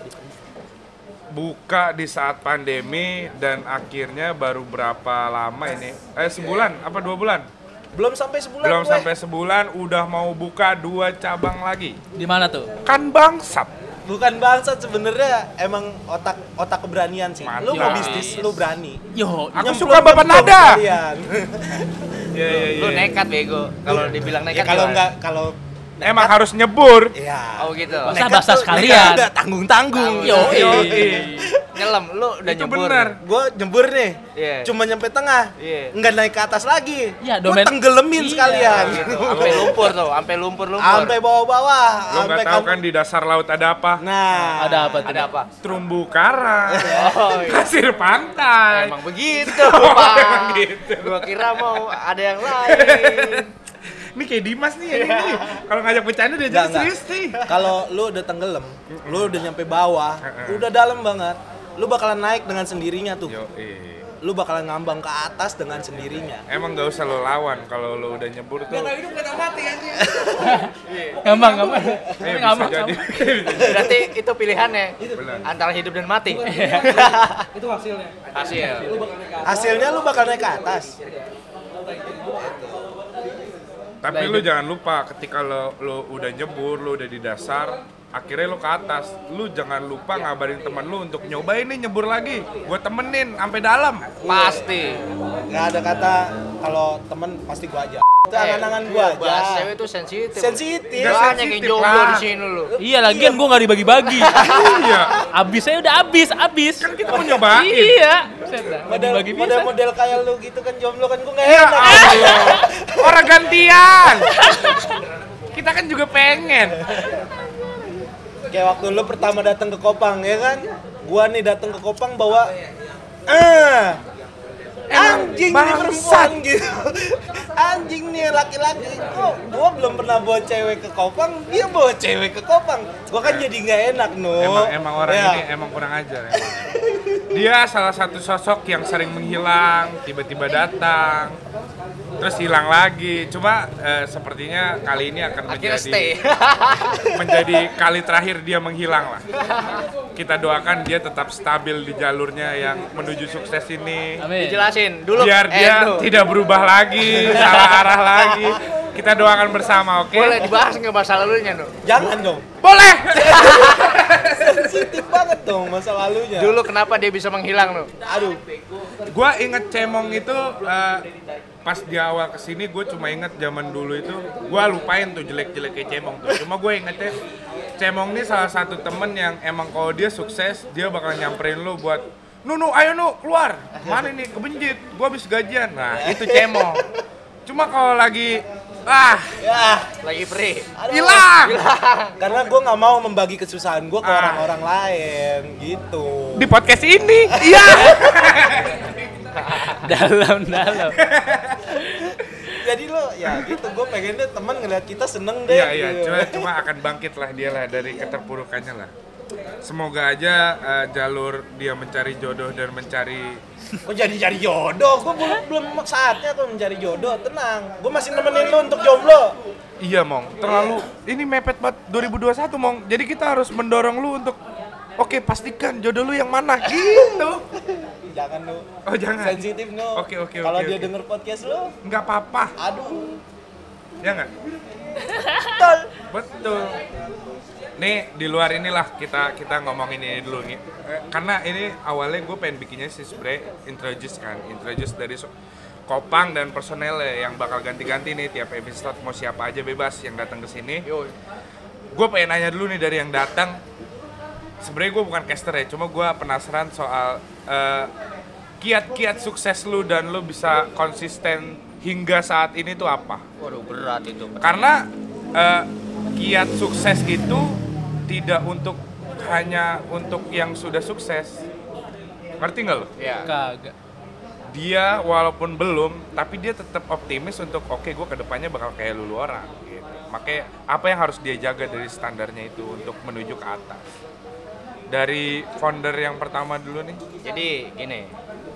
Speaker 4: Buka di saat pandemi dan akhirnya baru berapa lama ini? Eh sebulan apa dua bulan?
Speaker 5: Belum sampai sebulan.
Speaker 4: Belum
Speaker 5: gue.
Speaker 4: sampai sebulan udah mau buka dua cabang lagi.
Speaker 2: Di mana tuh?
Speaker 4: Kan bangsat.
Speaker 5: Bukan bangsat sebenarnya, emang otak otak keberanian sih. Lu mau
Speaker 4: Mantap.
Speaker 5: bisnis, lu berani.
Speaker 2: Yo,
Speaker 4: Aku
Speaker 5: Nyemplung
Speaker 4: suka bapak
Speaker 5: nyemplung
Speaker 4: nada.
Speaker 5: sekalian.
Speaker 4: Iya iya iya.
Speaker 3: Lu nekat bego. Kalau dibilang
Speaker 5: Ya
Speaker 3: nekat
Speaker 5: kalau
Speaker 3: gimana?
Speaker 5: enggak kalau
Speaker 4: Emang harus nyebur.
Speaker 5: ya.
Speaker 3: Oh gitu.
Speaker 2: Masa
Speaker 5: nekat
Speaker 2: basah
Speaker 5: tuh-
Speaker 2: sekalian?
Speaker 5: nekat enggak tanggung-tanggung.
Speaker 2: Yo,
Speaker 3: Nyelam, lu udah
Speaker 4: Itu
Speaker 3: nyebur.
Speaker 4: benar.
Speaker 5: Gue nyebur nih.
Speaker 3: Iya.
Speaker 5: Cuma nyampe tengah.
Speaker 3: Iya.
Speaker 5: Enggak naik ke atas lagi.
Speaker 2: Iya,
Speaker 5: Gue
Speaker 2: domain-
Speaker 5: tenggelemin
Speaker 2: Iya,
Speaker 5: sekalian.
Speaker 3: Gitu. Sampai lumpur tuh, sampai lumpur-lumpur.
Speaker 5: Sampai bawah-bawah.
Speaker 4: Lo
Speaker 5: sampai
Speaker 4: nggak tahu
Speaker 5: kam-
Speaker 4: kan di dasar laut ada apa?
Speaker 5: Nah,
Speaker 2: ada apa tuh?
Speaker 3: Ada apa?
Speaker 4: Terumbu karang.
Speaker 3: Oh, iya.
Speaker 4: Pasir pantai.
Speaker 3: Emang begitu,
Speaker 4: Oh,
Speaker 3: Pak.
Speaker 4: emang gitu.
Speaker 3: Gua kira mau ada yang lain.
Speaker 4: Ini kayak Dimas nih yang ini. Kalau ngajak bercanda dia
Speaker 5: Enggak,
Speaker 4: jadi
Speaker 5: enggak.
Speaker 4: serius nih.
Speaker 5: Kalau lu udah tenggelam, lu udah nyampe bawah, udah dalam banget. Lu bakalan naik dengan sendirinya tuh.
Speaker 4: Yo, eh.
Speaker 5: lu bakalan ngambang ke atas dengan sendirinya.
Speaker 4: Emang gak usah lo lawan kalau lo udah nyebur tuh.
Speaker 1: hidup gak mati anjing.
Speaker 2: Ngambang, ngambang.
Speaker 4: Eh,
Speaker 2: Tapi
Speaker 4: bisa
Speaker 2: ngambang.
Speaker 4: jadi.
Speaker 3: Berarti itu pilihannya
Speaker 4: Benar.
Speaker 3: antara hidup dan mati.
Speaker 1: Itu hasilnya.
Speaker 3: Hasil.
Speaker 5: Hasilnya lu bakal naik ke atas.
Speaker 4: Tapi lu jangan lupa ketika lo lo udah nyebur, lo udah di dasar, akhirnya lo ke atas. Lu jangan lupa ngabarin teman lu untuk nyobain nih nyebur lagi. Gua temenin sampai dalam.
Speaker 3: Pasti.
Speaker 5: Nggak ada kata kalau temen pasti gua aja. Itu
Speaker 3: Eh,
Speaker 5: angan-angan gua
Speaker 3: iya, bahas
Speaker 5: aja.
Speaker 3: cewek itu sensitif.
Speaker 5: Sensitif.
Speaker 4: Nggak
Speaker 3: Banyak yang
Speaker 4: sensitif
Speaker 3: jomblo
Speaker 4: lah.
Speaker 3: di sini lu.
Speaker 2: Iya, lagian gua nggak dibagi-bagi.
Speaker 4: Iya.
Speaker 2: Abis saya udah abis, abis.
Speaker 4: Kan kita mau nyobain.
Speaker 2: Iya. Buset dah, nggak
Speaker 5: Model,
Speaker 2: dibagi bisa.
Speaker 5: model-model kayak lu gitu kan jomblo kan gua nggak
Speaker 4: Ya
Speaker 5: enak.
Speaker 4: Allah. Orang gantian. Kita kan juga pengen.
Speaker 5: Kayak waktu lu pertama datang ke Kopang ya kan, gua nih datang ke Kopang bawa ah anjing nih perempuan gitu. Anjing nih laki-laki. Kok gua belum pernah bawa cewek ke Kopang, dia bawa cewek ke Kopang. Gua kan jadi nggak enak, no.
Speaker 4: Emang emang orang
Speaker 5: Ya.
Speaker 4: ini emang kurang ajar emang. Dia salah satu sosok yang sering menghilang, tiba-tiba datang, terus hilang lagi. Cuma eh, sepertinya kali ini akan
Speaker 3: Akhirnya
Speaker 4: menjadi
Speaker 3: stay.
Speaker 4: menjadi kali terakhir dia menghilang lah. Kita doakan dia tetap stabil di jalurnya yang menuju sukses ini.
Speaker 2: Amin.
Speaker 3: Dijelasin dulu.
Speaker 4: Biar
Speaker 3: eh,
Speaker 4: dia
Speaker 3: dulu.
Speaker 4: tidak berubah lagi, salah arah lagi. Kita doakan bersama, oke?
Speaker 3: Boleh dibahas nggak masa lalunya, Nu?
Speaker 5: Jangan dong.
Speaker 4: Boleh.
Speaker 5: Sensitif banget dong masa lalunya.
Speaker 3: Dulu kenapa dia bisa menghilang, Nu?
Speaker 5: Aduh.
Speaker 4: Gua inget Cemong itu eh, pas di awal kesini gue cuma inget zaman dulu itu gua lupain tuh jelek-jeleknya Cemong tuh. Cuma gue ingetnya Cemong ini salah satu temen yang emang kalau dia sukses dia bakal nyamperin lu buat Nunu, ayo Nu, keluar. Mana nih kebenjit? Gua habis gajian. Nah, itu Cemong. Cuma kalau lagi ah,
Speaker 5: Ya.
Speaker 3: Lagi free.
Speaker 5: Aduh.
Speaker 4: hilang.
Speaker 5: Karena gue nggak mau membagi kesusahan gue ke
Speaker 4: Ah.
Speaker 5: orang-orang lain gitu.
Speaker 4: Di podcast ini. Iya.
Speaker 2: Dalam, dalam.
Speaker 5: Jadi lo ya gitu, gue pengennya teman ngeliat kita seneng deh.
Speaker 4: Iya, iya,
Speaker 5: gitu.
Speaker 4: cuma cuma akan bangkit lah dia lah dari keterpurukannya lah. Semoga aja eh, jalur dia mencari jodoh dan mencari
Speaker 5: Kok jadi cari jodoh? Gue belum belum saatnya tuh mencari jodoh. Tenang, gue masih nemenin lo untuk jomblo.
Speaker 4: Iya Mong, terlalu ini mepet banget dua ribu dua puluh satu Mong. Jadi kita harus mendorong lu untuk oke pastikan jodoh lu yang mana gitu.
Speaker 5: Jangan lo.
Speaker 4: Oh jangan.
Speaker 5: Sensitif no.
Speaker 4: Oke, oke,
Speaker 5: Kalau
Speaker 4: oke,
Speaker 5: dia
Speaker 4: oke.
Speaker 5: denger podcast lo,
Speaker 4: Nggak apa-apa,
Speaker 5: aduh.
Speaker 4: ya nggak?
Speaker 5: Tol.
Speaker 4: Betul. Nih di luar inilah kita kita ngomongin ini dulu nih. Eh, karena ini awalnya gue pengen bikinnya sih sebenernya introduce kan, introduce dari so- Kopang dan personelnya yang bakal ganti-ganti nih tiap episode mau siapa aja bebas yang datang ke sini.
Speaker 3: Yo.
Speaker 4: Gue pengen nanya dulu nih dari yang datang. Sebenarnya gue bukan caster ya, cuma gue penasaran soal eh, kiat-kiat sukses lu dan lu bisa konsisten hingga saat ini tuh apa?
Speaker 3: Waduh, berat itu.
Speaker 4: Karena eh, kiat sukses itu tidak untuk hanya untuk yang sudah sukses. Ngerti nggak lo?
Speaker 3: Ya.
Speaker 2: Kagak.
Speaker 4: Dia walaupun belum, tapi dia tetap optimis untuk oke gue kedepannya bakal kayak lulu orang. Gitu. Makanya apa yang harus dia jaga dari standarnya itu untuk menuju ke atas? Dari founder yang pertama dulu nih.
Speaker 3: Jadi gini.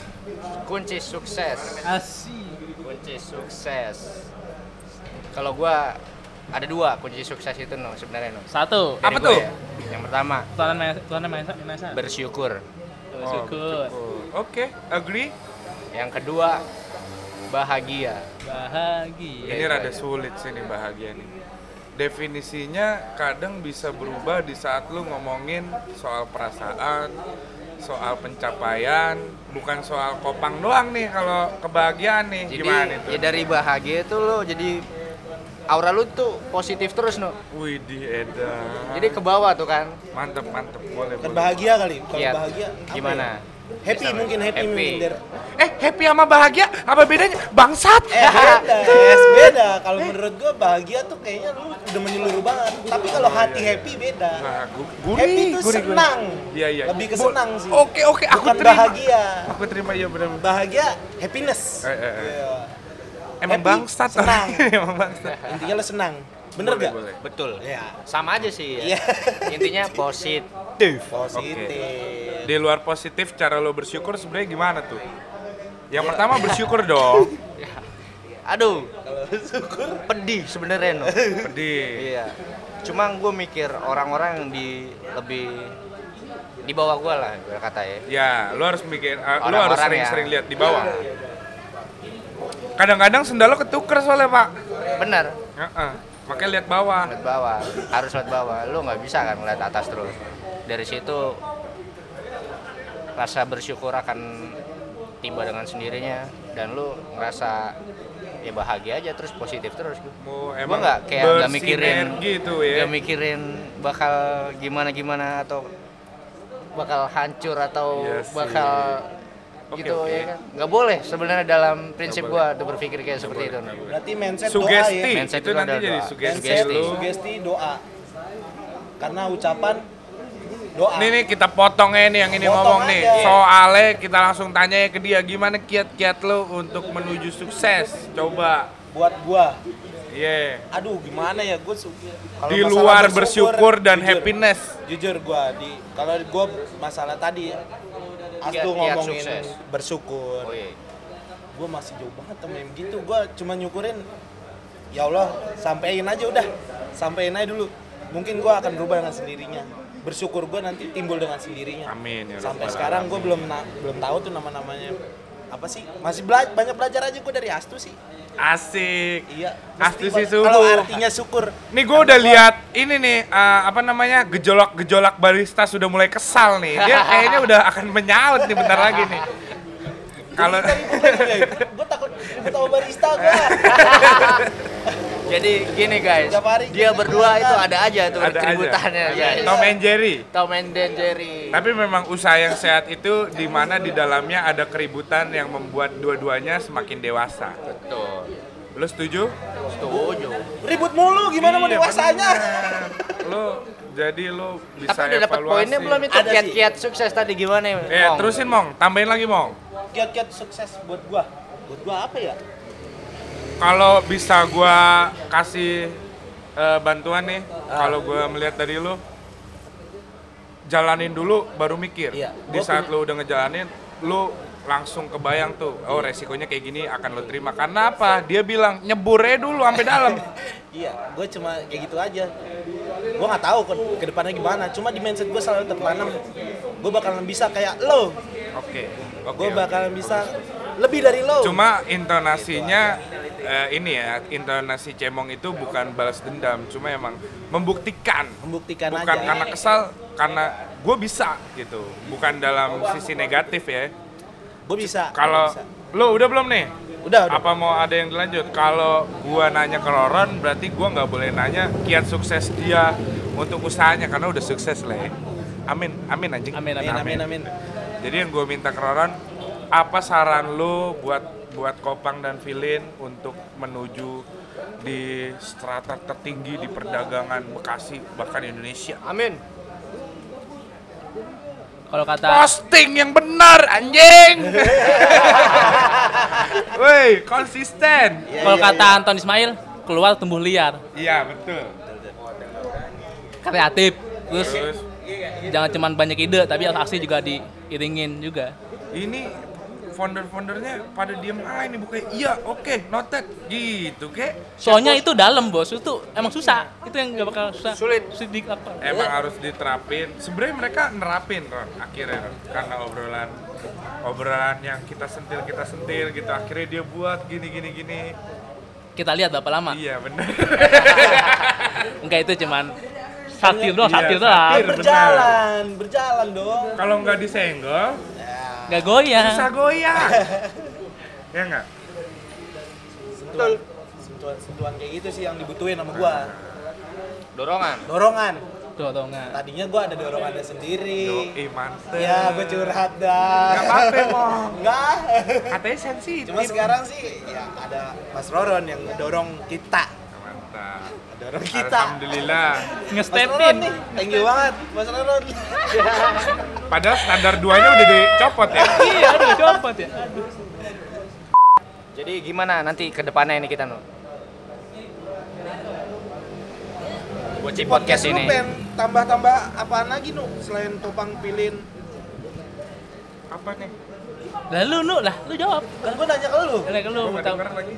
Speaker 3: Kunci sukses.
Speaker 2: Asik.
Speaker 3: Kunci sukses. Kalau gua ada dua kunci sukses itu no sebenarnya no.
Speaker 2: Satu.
Speaker 3: Dari
Speaker 4: Apa
Speaker 3: gua
Speaker 4: tuh?
Speaker 3: ya. Yang pertama
Speaker 2: Tuhan main Tuhan main main
Speaker 3: bersyukur.
Speaker 2: Bersyukur.
Speaker 4: Oke, agree.
Speaker 3: Yang kedua bahagia.
Speaker 2: Bahagia.
Speaker 4: Ini rada sulit sih nih bahagia nih. Definisinya kadang bisa berubah di saat lu ngomongin soal perasaan, soal pencapaian, bukan soal Kopang doang nih kalau kebahagiaan nih.
Speaker 3: Jadi
Speaker 4: Gimana itu?
Speaker 3: ya dari bahagia itu lo jadi aura lu tuh positif terus no.
Speaker 4: Widih edan.
Speaker 3: Jadi ke bawah tuh kan.
Speaker 4: Mantep mantep boleh
Speaker 5: Kan
Speaker 4: boleh.
Speaker 5: bahagia kali. Kalau
Speaker 3: Iya.
Speaker 5: bahagia apa
Speaker 3: Gimana?
Speaker 5: ya? Happy
Speaker 3: Bisa,
Speaker 5: mungkin happy,
Speaker 3: happy.
Speaker 5: mungkin der.
Speaker 4: Eh happy sama bahagia apa bedanya? Bangsat.
Speaker 5: Eh beda, yes, beda. Kalau menurut gua bahagia tuh kayaknya lu udah menyeluruh banget. Tapi kalau hati happy beda.
Speaker 4: Nah, gu- gurih,
Speaker 5: Happy itu
Speaker 4: gurih, gurih.
Speaker 5: senang.
Speaker 4: Iya iya.
Speaker 5: Lebih ke
Speaker 4: Bu-
Speaker 5: senang sih.
Speaker 4: Oke oke aku
Speaker 5: Bukan
Speaker 4: terima.
Speaker 5: bahagia.
Speaker 4: Aku terima ya benar.
Speaker 5: Bahagia happiness.
Speaker 4: Eh, eh, eh.
Speaker 5: Iya.
Speaker 4: Emang
Speaker 5: Happy,
Speaker 4: bangsat.
Speaker 5: senang.
Speaker 4: Emang bangsat.
Speaker 5: Intinya lo senang. Bener
Speaker 4: Boleh,
Speaker 5: gak?
Speaker 4: boleh.
Speaker 3: Betul.
Speaker 5: Iya.
Speaker 3: Sama aja sih.
Speaker 5: Iya.
Speaker 3: Ya. Intinya positif.
Speaker 5: Positif.
Speaker 4: Di luar positif, cara lo bersyukur sebenarnya gimana tuh? Yang pertama bersyukur dong.
Speaker 3: Aduh, pedih sebenarnya no.
Speaker 4: Pedih.
Speaker 3: Iya. Cuma gue mikir orang-orang yang di lebih di bawah gue lah, gue kata ya.
Speaker 4: Ya, lu harus mikir, uh, lu
Speaker 3: Orang-orang
Speaker 4: harus sering-sering
Speaker 3: yang-
Speaker 4: lihat di bawah. Kadang-kadang sendal lo ketuker soalnya, Pak.
Speaker 3: Bener.
Speaker 4: Heeh. Makanya lihat bawah.
Speaker 3: Lihat bawah, harus lihat bawah. Lu nggak bisa kan ngeliat atas terus. Dari situ rasa bersyukur akan tiba dengan sendirinya dan lu ngerasa ya bahagia aja terus positif terus.
Speaker 4: Mau
Speaker 3: Gua
Speaker 4: emang
Speaker 3: nggak kayak nggak mikirin
Speaker 4: gitu ya.
Speaker 3: nggak mikirin bakal gimana gimana atau bakal hancur atau
Speaker 4: Iya sih.
Speaker 3: bakal
Speaker 4: Oke,
Speaker 3: gitu
Speaker 4: oke.
Speaker 3: ya kan. Nggak boleh sebenarnya dalam prinsip
Speaker 4: Nggak
Speaker 3: gua tuh berpikir kayak seperti itu.
Speaker 5: Berarti mindset
Speaker 4: Sugesti,
Speaker 5: doa ya.
Speaker 3: Mindset
Speaker 4: itu
Speaker 3: itu
Speaker 4: nanti
Speaker 3: ada
Speaker 4: jadi
Speaker 3: doa.
Speaker 4: sugesti
Speaker 5: Mindset,
Speaker 4: lu.
Speaker 5: sugesti doa. Karena ucapan doa.
Speaker 4: Nih nih kita potongnya nih yang ini
Speaker 5: Potong
Speaker 4: ngomong nih.
Speaker 5: aja.
Speaker 4: Soalnya kita langsung tanya ke dia gimana kiat-kiat lo untuk menuju sukses. Coba.
Speaker 5: Buat gua.
Speaker 4: Iya.
Speaker 5: Aduh, gimana ya gua su- kalau
Speaker 4: Di
Speaker 5: masalah
Speaker 4: luar bersyukur dan
Speaker 5: jujur,
Speaker 4: happiness.
Speaker 5: Jujur gua di kalau gua masalah tadi Astu
Speaker 3: Kiat-kiat
Speaker 5: ngomongin
Speaker 3: sukses.
Speaker 5: bersyukur.
Speaker 3: Oh iya.
Speaker 5: Gue masih jauh banget sama yang gitu. Gue cuma nyukurin, ya Allah, sampein aja udah, sampein aja dulu. Mungkin gue akan berubah dengan sendirinya. Bersyukur gue nanti timbul dengan sendirinya.
Speaker 4: Amin ya
Speaker 5: Sampai
Speaker 4: Rabbal
Speaker 5: sekarang gue
Speaker 4: Alamin.
Speaker 5: belum na- belum tahu tuh nama-namanya apa sih. Masih bela- banyak belajar aja gue dari Astu sih.
Speaker 4: Asik.
Speaker 5: Iya.
Speaker 4: Astu
Speaker 5: mesti
Speaker 4: sih
Speaker 5: ba- Kalau
Speaker 4: subuh.
Speaker 5: artinya syukur.
Speaker 4: Nih gue udah lihat ini nih eh, apa namanya gejolak-gejolak barista sudah mulai kesal nih. Dia kayaknya udah akan menyaut nih bentar lagi nih. Kalau
Speaker 5: Gue takut takut sama barista gue.
Speaker 3: Jadi gini guys,
Speaker 5: Tiap hari
Speaker 3: dia
Speaker 5: kita
Speaker 3: berdua
Speaker 5: makan.
Speaker 3: itu ada aja tuh
Speaker 4: ada
Speaker 3: keributannya
Speaker 4: aja.
Speaker 3: guys.
Speaker 4: Tom and Jerry.
Speaker 3: Tom and Jerry.
Speaker 4: Tapi memang usaha yang sehat itu di mana di dalamnya ada keributan yang membuat dua-duanya semakin dewasa.
Speaker 3: Betul.
Speaker 4: Lo setuju?
Speaker 3: Setuju.
Speaker 5: Ribut mulu, gimana mau
Speaker 4: Iya,
Speaker 5: dewasanya?
Speaker 4: bener. Lo jadi lo bisa
Speaker 3: Tapi udah dapat
Speaker 4: evaluasi.
Speaker 3: poinnya belum itu
Speaker 5: Ada sih.
Speaker 3: kiat-kiat sukses tadi gimana ya?
Speaker 4: Eh,
Speaker 3: Mong?
Speaker 4: terusin Mong, tambahin lagi Mong.
Speaker 5: Kiat-kiat sukses buat gua. Buat gua apa ya?
Speaker 4: Kalau bisa gua kasih eh, bantuan nih, kalau gua melihat dari lu, jalanin dulu baru mikir.
Speaker 5: Iya,
Speaker 4: Di
Speaker 5: gua
Speaker 4: saat
Speaker 5: punya-
Speaker 4: lu udah ngejalanin, lu langsung kebayang tuh, oh resikonya kayak gini akan lu terima. Karena apa? Dia bilang nyeburnya dulu sampai dalam.
Speaker 5: Iya, gue cuma kayak gitu aja. Gue nggak tahu ke, ke depannya gimana. Cuma di mindset gue selalu tertanam. Gue bakalan bisa kayak lo.
Speaker 4: Oke. Oke.
Speaker 5: Gue
Speaker 4: oke.
Speaker 5: bakalan bisa lebih dari lo.
Speaker 4: Cuma intonasinya eh, ini ya, intonasi cemong itu bukan balas dendam, cuma emang membuktikan.
Speaker 5: Membuktikan
Speaker 4: Bukan
Speaker 5: aja.
Speaker 4: karena kesal, karena gue bisa gitu. Bukan dalam sisi negatif ya.
Speaker 5: Gue bisa.
Speaker 4: Kalau
Speaker 5: gua bisa.
Speaker 4: lo udah belum nih?
Speaker 5: Udah, udah.
Speaker 4: Apa mau ada yang dilanjut? Kalau gua nanya ke Roron, berarti gua nggak boleh nanya kiat sukses dia untuk usahanya karena udah sukses lah ya. Amin, amin anjing.
Speaker 2: Amin,
Speaker 5: Amin, amin, amin.
Speaker 4: Jadi yang gua minta ke Roron, apa saran lo buat buat Kopang dan Filin untuk menuju di strata tertinggi di perdagangan Bekasi bahkan Indonesia?
Speaker 3: Amin.
Speaker 2: Kalau kata
Speaker 4: Posting yang benar anjing. Woi, konsisten.
Speaker 2: kalau kata Anton Ismail, keluar tumbuh liar.
Speaker 4: Iya, betul.
Speaker 2: Kreatif. Terus
Speaker 4: Terus
Speaker 2: jangan cuma banyak ide, tapi aksi juga diiringin juga.
Speaker 4: ini founder-foundernya pada diem aja nih bukannya iya oke noted gitu kek.
Speaker 2: Soalnya itu dalam bos, itu emang susah. Itu yang gak bakal susah.
Speaker 3: Sulit.
Speaker 2: Sulit di apa?
Speaker 4: Emang harus diterapin. Sebenarnya mereka nerapin Ron akhirnya Ron. Karena obrolan obrolan yang kita sentil kita sentil gitu akhirnya dia buat gini gini gini.
Speaker 2: Kita lihat berapa lama.
Speaker 4: Iya bener.
Speaker 2: Enggak, itu cuman satir doang,
Speaker 4: Iya,
Speaker 2: satir
Speaker 4: satir.
Speaker 2: doang.
Speaker 5: Berjalan, berjalan dong.
Speaker 4: Kalau nggak disenggol
Speaker 2: Gak goyang.
Speaker 4: bisa goyang. Ya nggak?
Speaker 5: Sentuhan, sentuhan, sentuhan kayak gitu sih yang dibutuhin sama gua.
Speaker 3: Dorongan.
Speaker 5: Dorongan.
Speaker 2: Dorongan.
Speaker 5: Tadinya gua ada dorongannya sendiri.
Speaker 4: Yoi mantep.
Speaker 5: Ya, gua curhat dah.
Speaker 4: Nggak apa-apa, Mong.
Speaker 5: Enggak.
Speaker 4: Katanya sensitif.
Speaker 5: Cuma sekarang sih ya ada Mas Roron yang dorong kita.
Speaker 4: Mantap.
Speaker 5: Dorong kita.
Speaker 4: Alhamdulillah.
Speaker 5: Mas Roron
Speaker 2: Nge-stepin.
Speaker 5: nih, thank you banget Mas Roron.
Speaker 4: Padahal standar duanya udah dicopot ya.
Speaker 2: Iya, aduh copot ya.
Speaker 3: Jadi gimana nanti ke depannya ini kita, Nu? Buat si podcast
Speaker 5: Lu
Speaker 3: ini.
Speaker 5: pengen tambah-tambah apaan lagi, Nu? Selain Topang Pilin.
Speaker 4: Apa nih?
Speaker 2: Lah lu nu lah, lu jawab.
Speaker 5: Kan gua nanya ke lu.
Speaker 2: Lah ke lu
Speaker 4: Gua
Speaker 2: mau
Speaker 4: nggak
Speaker 2: tahu.
Speaker 4: denger lagi.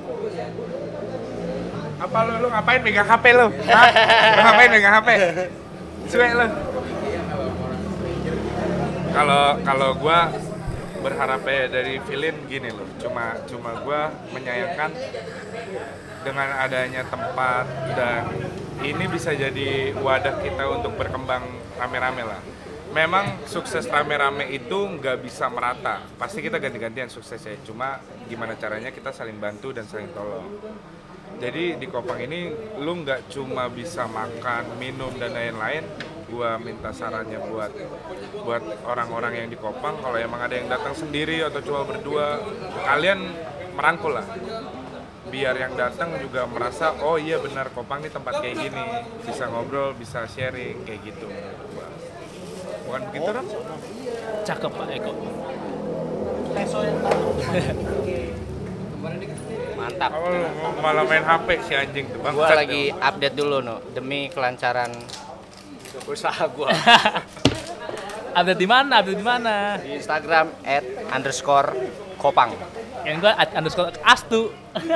Speaker 4: Apa lu lu ngapain megang H P lu? Hah? Lu ngapain megang H P? Cuek lu. Kalau kalau gua berharapnya dari film gini loh, cuma cuma gua menyayangkan dengan adanya tempat dan ini bisa jadi wadah kita untuk berkembang rame-rame lah. Memang sukses rame-rame itu nggak bisa merata, pasti kita ganti-gantian suksesnya, cuma gimana caranya kita saling bantu dan saling tolong. Jadi di Kopang ini lu nggak cuma bisa makan, minum dan lain-lain. Gua minta sarannya buat buat orang-orang yang di Kopang, kalau emang ada yang datang sendiri atau cuma berdua, kalian merangkul lah. Biar yang datang juga merasa, oh iya benar Kopang ini tempat kayak gini, bisa ngobrol, bisa sharing kayak gitu. Bukan begitu, Ram?
Speaker 2: Cakep Pak Eko.
Speaker 3: Mantap.
Speaker 4: Oh, lu malah main H P si anjing tuh, Bang.
Speaker 3: Gua lagi update dulu no demi kelancaran usaha gua.
Speaker 2: Update di mana? Update di mana?
Speaker 3: Di Instagram at underscore kopang.
Speaker 2: Yang gua at underscore astu.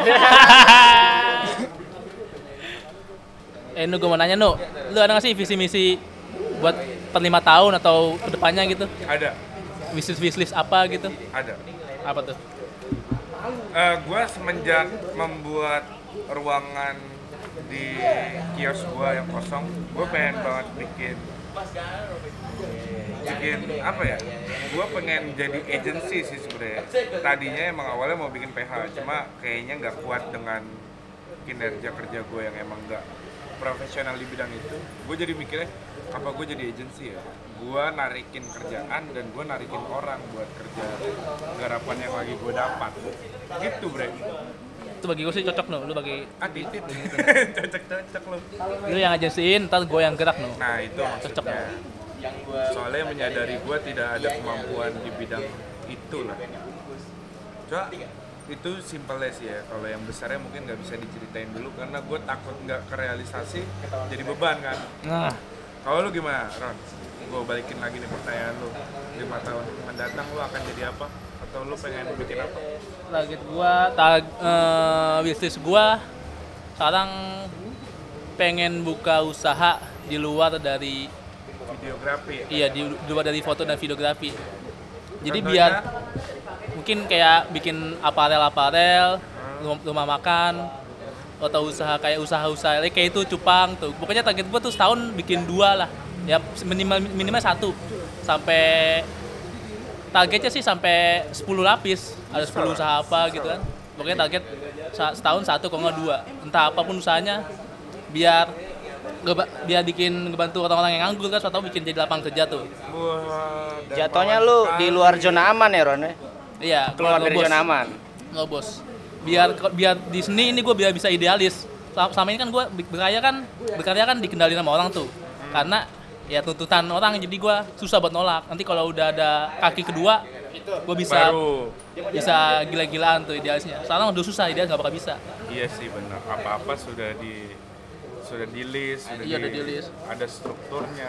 Speaker 2: Eh, Nu, gua mau nanya, Nu. Lu ada nggak sih visi misi buat per lima tahun atau kedepannya gitu?
Speaker 4: Ada,
Speaker 2: Wishlist wishlist apa gitu?
Speaker 4: ada.
Speaker 2: Apa tuh?
Speaker 4: Uh, gue semenjak membuat ruangan di kios gue yang kosong, gue pengen banget bikin bikin apa ya? Gue pengen jadi agency sih sebenarnya. Tadinya emang awalnya mau bikin P H, cuma kayaknya nggak kuat dengan kinerja kerja gue yang emang nggak profesional di bidang itu. Gue jadi mikirnya, apa gue jadi agency ya? Gue narikin kerjaan dan gue narikin orang buat kerja garapan yang lagi gue dapat. Gitu, bre.
Speaker 2: Itu bagi gue sih cocok, Nu. Lu bagi
Speaker 4: Ah, titit. Cocok-cocok lu.
Speaker 2: lu yang agensiin, ntar gue yang gerak, Nu.
Speaker 4: Nah, itu
Speaker 2: Cocok.
Speaker 4: maksudnya. Soalnya menyadari gue tidak ada kemampuan di bidang itu lah. Coba itu simpelnya sih ya. Kalau yang besarnya mungkin nggak bisa diceritain dulu karena gue takut nggak kerealisasi jadi beban kan.
Speaker 2: Nah,
Speaker 4: Kalau lu gimana, Ron? Gue balikin lagi nih pertanyaan lu. lima tahun mendatang lu akan jadi apa? Atau lu pengen bikin apa?
Speaker 2: target gua, tag, uh, wishlist gua sekarang pengen buka usaha di luar dari
Speaker 4: Videografi ya?
Speaker 2: iya di, di luar dari foto dan videografi. Jadi
Speaker 4: Contohnya?
Speaker 2: biar mungkin kayak bikin aparel-aparel, rumah, rumah makan atau usaha kayak usaha-usaha kayak itu cupang tuh. Pokoknya target gua tuh setahun bikin dua lah. Ya minimal minimal satu sampai targetnya sih sampai sepuluh lapis, ada sepuluh usaha apa gitu kan. Pokoknya target setahun satu kalau nggak dua, entah apapun usahanya, biar ngeba- biar bikin ngebantu orang-orang yang nganggur kan, atau bikin jadi lapangan kerja tuh.
Speaker 4: Wah, dan
Speaker 3: Jatuhnya
Speaker 4: bawaan
Speaker 3: lu
Speaker 4: sekali.
Speaker 3: di luar zona aman ya Ron ya?
Speaker 2: Iya,
Speaker 3: Keluar dari
Speaker 2: ngebos.
Speaker 3: zona aman.
Speaker 2: Ngebos. Biar biar di seni ini gue biar bisa idealis. Selama selama ini kan gue berkarya kan berkarya kan dikendalikan sama orang tuh, karena ya tuntutan orang, jadi gue susah buat nolak. Nanti kalau udah ada kaki kedua, gue bisa
Speaker 4: Baru.
Speaker 2: bisa gila-gilaan tuh idealisnya. Sekarang udah susah, idealis nggak bakal bisa.
Speaker 4: Iya sih benar. Apa-apa sudah di sudah di list, sudah
Speaker 2: Iya,
Speaker 4: di,
Speaker 2: udah di list.
Speaker 4: ada strukturnya,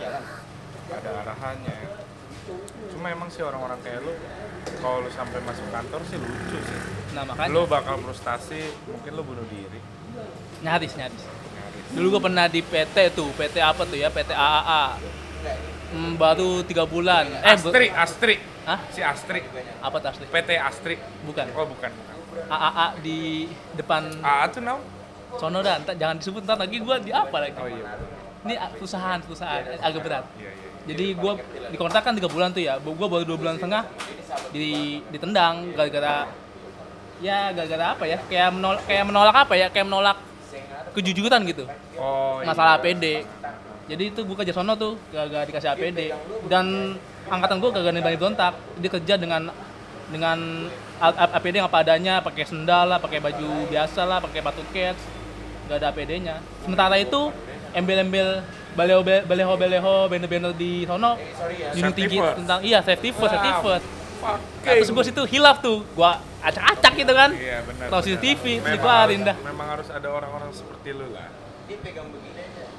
Speaker 4: ada arahannya. Cuma emang sih orang-orang kayak lu, kalau lu sampai masuk kantor sih lucu sih.
Speaker 2: Nah makanya
Speaker 4: Lu bakal frustasi, mungkin lu bunuh diri.
Speaker 2: nyaris nyaris.
Speaker 4: Nyaris.
Speaker 2: Dulu gue pernah di P T tuh, P T apa tuh ya, P T A A A. Hmm, baru tiga bulan. Eh, bu-
Speaker 4: Astri, Astri,
Speaker 2: Hah?
Speaker 4: si Astri,
Speaker 2: apa tuh asli?
Speaker 4: P T Astri.
Speaker 2: Bukan.
Speaker 4: Oh bukan.
Speaker 2: A A A di depan
Speaker 4: A A tuh now?
Speaker 2: sono dah, ntar jangan disebut ntar lagi gue di apa lagi.
Speaker 4: Oh iya.
Speaker 2: Ini perusahaan, perusahaan agak berat.
Speaker 4: Iya iya.
Speaker 2: Jadi gue dikontrak kan tiga bulan tuh ya, gue baru dua bulan setengah di ditendang gara-gara ya gara-gara apa ya? Kayak menolak, kayak menolak apa ya? Kayak menolak kejujuran gitu.
Speaker 4: Oh iya.
Speaker 2: Masalah A P D. Jadi itu gue kerja sono tuh gak, dikasih A P D dan angkatan gue gak berani berontak. Dia kerja dengan dengan A P D yang apa adanya, pakai sendal lah, pakai baju biasa lah, pakai batu cats, gak ada A P D-nya. Sementara itu embel-embel baleho baleho baleho banner-banner di sono junjung tinggi
Speaker 4: first.
Speaker 2: tentang iya safety first, safety
Speaker 4: Wow.
Speaker 2: first.
Speaker 4: Fuck.
Speaker 2: Nah, terus gue situ hilaf tuh, gue acak-acak gitu kan.
Speaker 4: Iya benar.
Speaker 2: Tahu
Speaker 4: benar.
Speaker 2: C C T V, terus
Speaker 4: Memang
Speaker 2: dikeluarin
Speaker 4: harus-
Speaker 2: dah.
Speaker 4: Memang harus ada orang-orang seperti lu lah.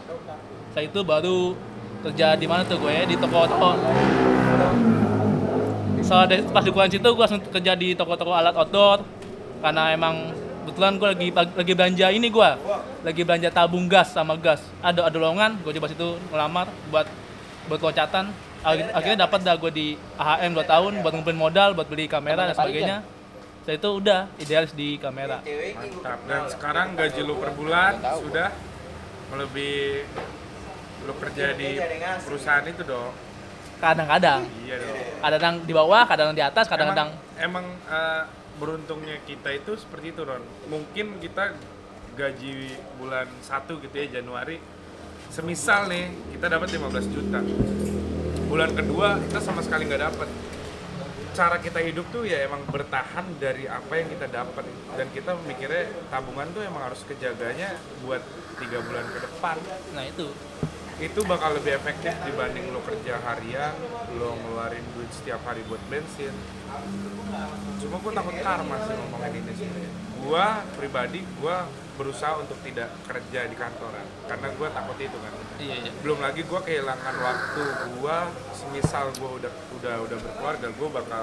Speaker 2: Saya itu baru kerja di mana tuh gue ya, di toko-toko soalnya pas di kuliah situ gue langsung kerja di toko-toko alat outdoor karena emang kebetulan gue lagi lagi belanja ini gue lagi belanja tabung gas sama gas ada ada lowongan gue coba situ ngelamar buat buat loncatan akhirnya dapat dah gue di A H M dua tahun buat ngumpulin modal buat beli kamera dan sebagainya. Setelah itu udah idealis di kamera.
Speaker 4: Mantap. Dan sekarang gaji lu per bulan sudah melebihi lu kerja di perusahaan itu dong.
Speaker 2: Kadang-kadang.
Speaker 4: Iya dong.
Speaker 2: Kadang di bawah, kadang di atas, kadang-kadang
Speaker 4: emang, emang uh, beruntungnya kita itu seperti itu, Ron. Mungkin kita gaji bulan satu gitu ya, Januari, semisal nih kita dapat lima belas juta. Bulan kedua kita sama sekali nggak dapat. Cara kita hidup tuh ya emang bertahan dari apa yang kita dapat, dan kita mikirnya tabungan tuh emang harus kejaganya buat tiga bulan ke depan.
Speaker 2: Nah itu
Speaker 4: itu bakal lebih efektif dibanding lo kerja harian, lo ngeluarin duit setiap hari buat bensin. Cuma gue takut karma sih ngomongin ini sebenarnya. Gue pribadi, gue berusaha untuk tidak kerja di kantoran karena gue takut itu kan.
Speaker 2: iya, iya.
Speaker 4: Belum lagi gue kehilangan waktu gue, semisal gue udah udah udah berkeluarga, gue bakal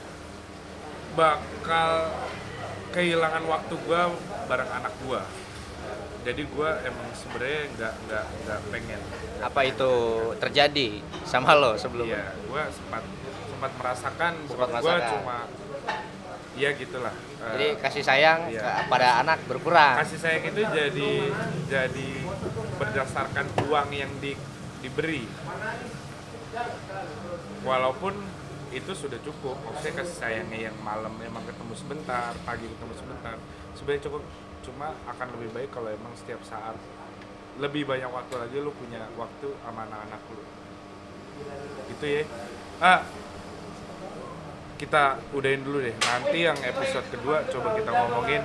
Speaker 4: bakal kehilangan waktu gue bareng anak gue. Jadi gue emang sebenarnya nggak nggak nggak pengen.
Speaker 3: Apa itu terjadi sama lo sebelumnya?
Speaker 4: Iya, gue sempat sempat merasakan
Speaker 3: Sempat
Speaker 4: bokap gue
Speaker 3: merasakan.
Speaker 4: cuma ya gitulah.
Speaker 3: Jadi
Speaker 4: Eh,
Speaker 3: kasih sayang
Speaker 4: iya.
Speaker 3: ke- pada anak berkurang.
Speaker 4: kasih sayang itu jadi jadi berdasarkan uang yang di, diberi. Walaupun itu sudah cukup, maksudnya kasih sayangnya yang malam emang ketemu sebentar, pagi ketemu sebentar, sebenarnya cukup. Cuma akan lebih baik kalau emang setiap saat lebih banyak waktu lagi lu punya waktu sama anak-anak lu. Gitu ya. Ah, kita udahin dulu deh. Nanti yang episode kedua coba kita ngomongin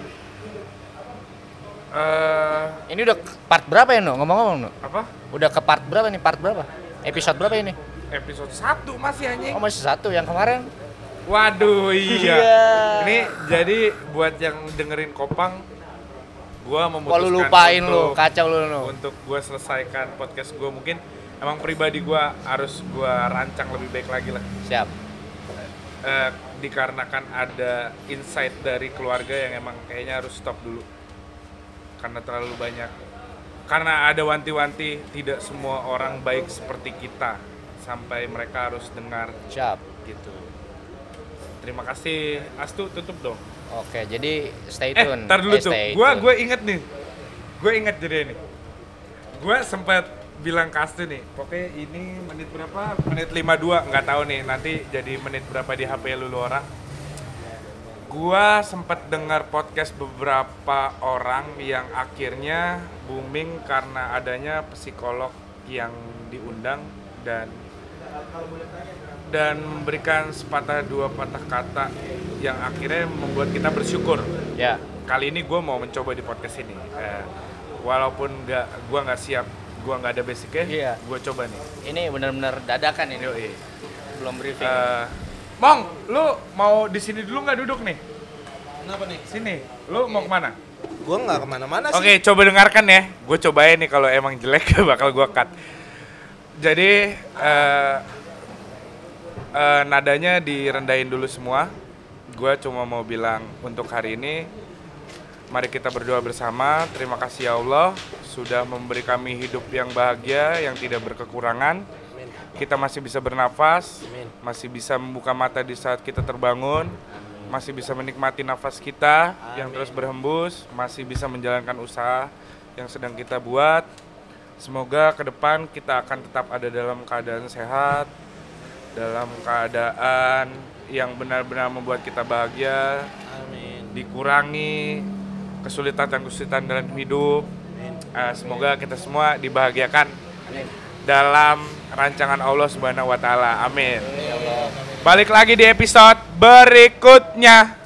Speaker 4: eh
Speaker 3: Ini udah ke part berapa ya, No? Ngomong-ngomong, No?
Speaker 4: apa?
Speaker 3: Udah ke part berapa nih? Part berapa? Episode berapa ini?
Speaker 4: Episode satu masih anjing.
Speaker 3: Oh, masih satu yang kemarin.
Speaker 4: Waduh, iya.
Speaker 3: Iya.
Speaker 4: Ini jadi buat yang dengerin Kopang, gua
Speaker 3: Kok
Speaker 4: memutuskan
Speaker 3: lu lupain lu,
Speaker 4: untuk,
Speaker 3: kacau lu, No.
Speaker 4: untuk gua selesaikan podcast gua. Mungkin emang pribadi gua harus gua rancang lebih baik lagi lah.
Speaker 3: Siap.
Speaker 4: Eh, dikarenakan ada insight dari keluarga yang emang kayaknya harus stop dulu karena terlalu banyak, karena ada wanti-wanti tidak semua orang baik seperti kita sampai mereka harus dengar
Speaker 3: Siap.
Speaker 4: gitu. Terima kasih. Astu, tutup dong.
Speaker 3: Oke, jadi stay
Speaker 4: Eh,
Speaker 3: tune.
Speaker 4: tar dulu
Speaker 3: Eh,
Speaker 4: tuh.
Speaker 3: stay
Speaker 4: Gua
Speaker 3: tune.
Speaker 4: gue inget nih. Gue inget jadi ini. Gue sempat bilang ke Astu nih, pokoknya ini menit berapa? Menit lima puluh dua, nggak tahu nih nanti jadi menit berapa di H P lu lu orang. Gua sempat dengar podcast beberapa orang yang akhirnya booming karena adanya psikolog yang diundang dan dan memberikan sepatah dua patah kata yang akhirnya membuat kita bersyukur.
Speaker 3: Ya.
Speaker 4: Kali ini gue mau mencoba di podcast ini. Eh, walaupun nggak, gue nggak siap, gue nggak ada basicnya,
Speaker 3: Iya.
Speaker 4: gue coba nih.
Speaker 3: Ini benar-benar dadakan ini.
Speaker 4: Yoi.
Speaker 3: Belum briefing.
Speaker 4: Eh, Mong, lu mau di sini dulu nggak duduk nih?
Speaker 5: Kenapa nih?
Speaker 4: Sini, lu mau kemana?
Speaker 5: Gua nggak kemana-mana sih.
Speaker 4: Oke, coba dengarkan ya. Gue cobain nih, kalau emang jelek bakal gue cut. Jadi eh, eh, nadanya direndahin dulu semua. Gue cuma mau bilang untuk hari ini, mari kita berdoa bersama. Terima kasih ya Allah sudah memberi kami hidup yang bahagia, yang tidak berkekurangan. Kita masih bisa bernafas,
Speaker 5: Amin.
Speaker 4: masih bisa membuka mata di saat kita terbangun, masih bisa menikmati nafas kita yang terus berhembus, masih bisa menjalankan usaha yang sedang kita buat. Semoga ke depan kita akan tetap ada dalam keadaan sehat, dalam keadaan yang benar-benar membuat kita bahagia,
Speaker 5: Amin.
Speaker 4: dikurangi kesulitan-kesulitan dalam hidup. Eh, semoga kita semua dibahagiakan dalam rancangan Allah Subhanahu wa taala. Amin. Balik lagi di episode berikutnya.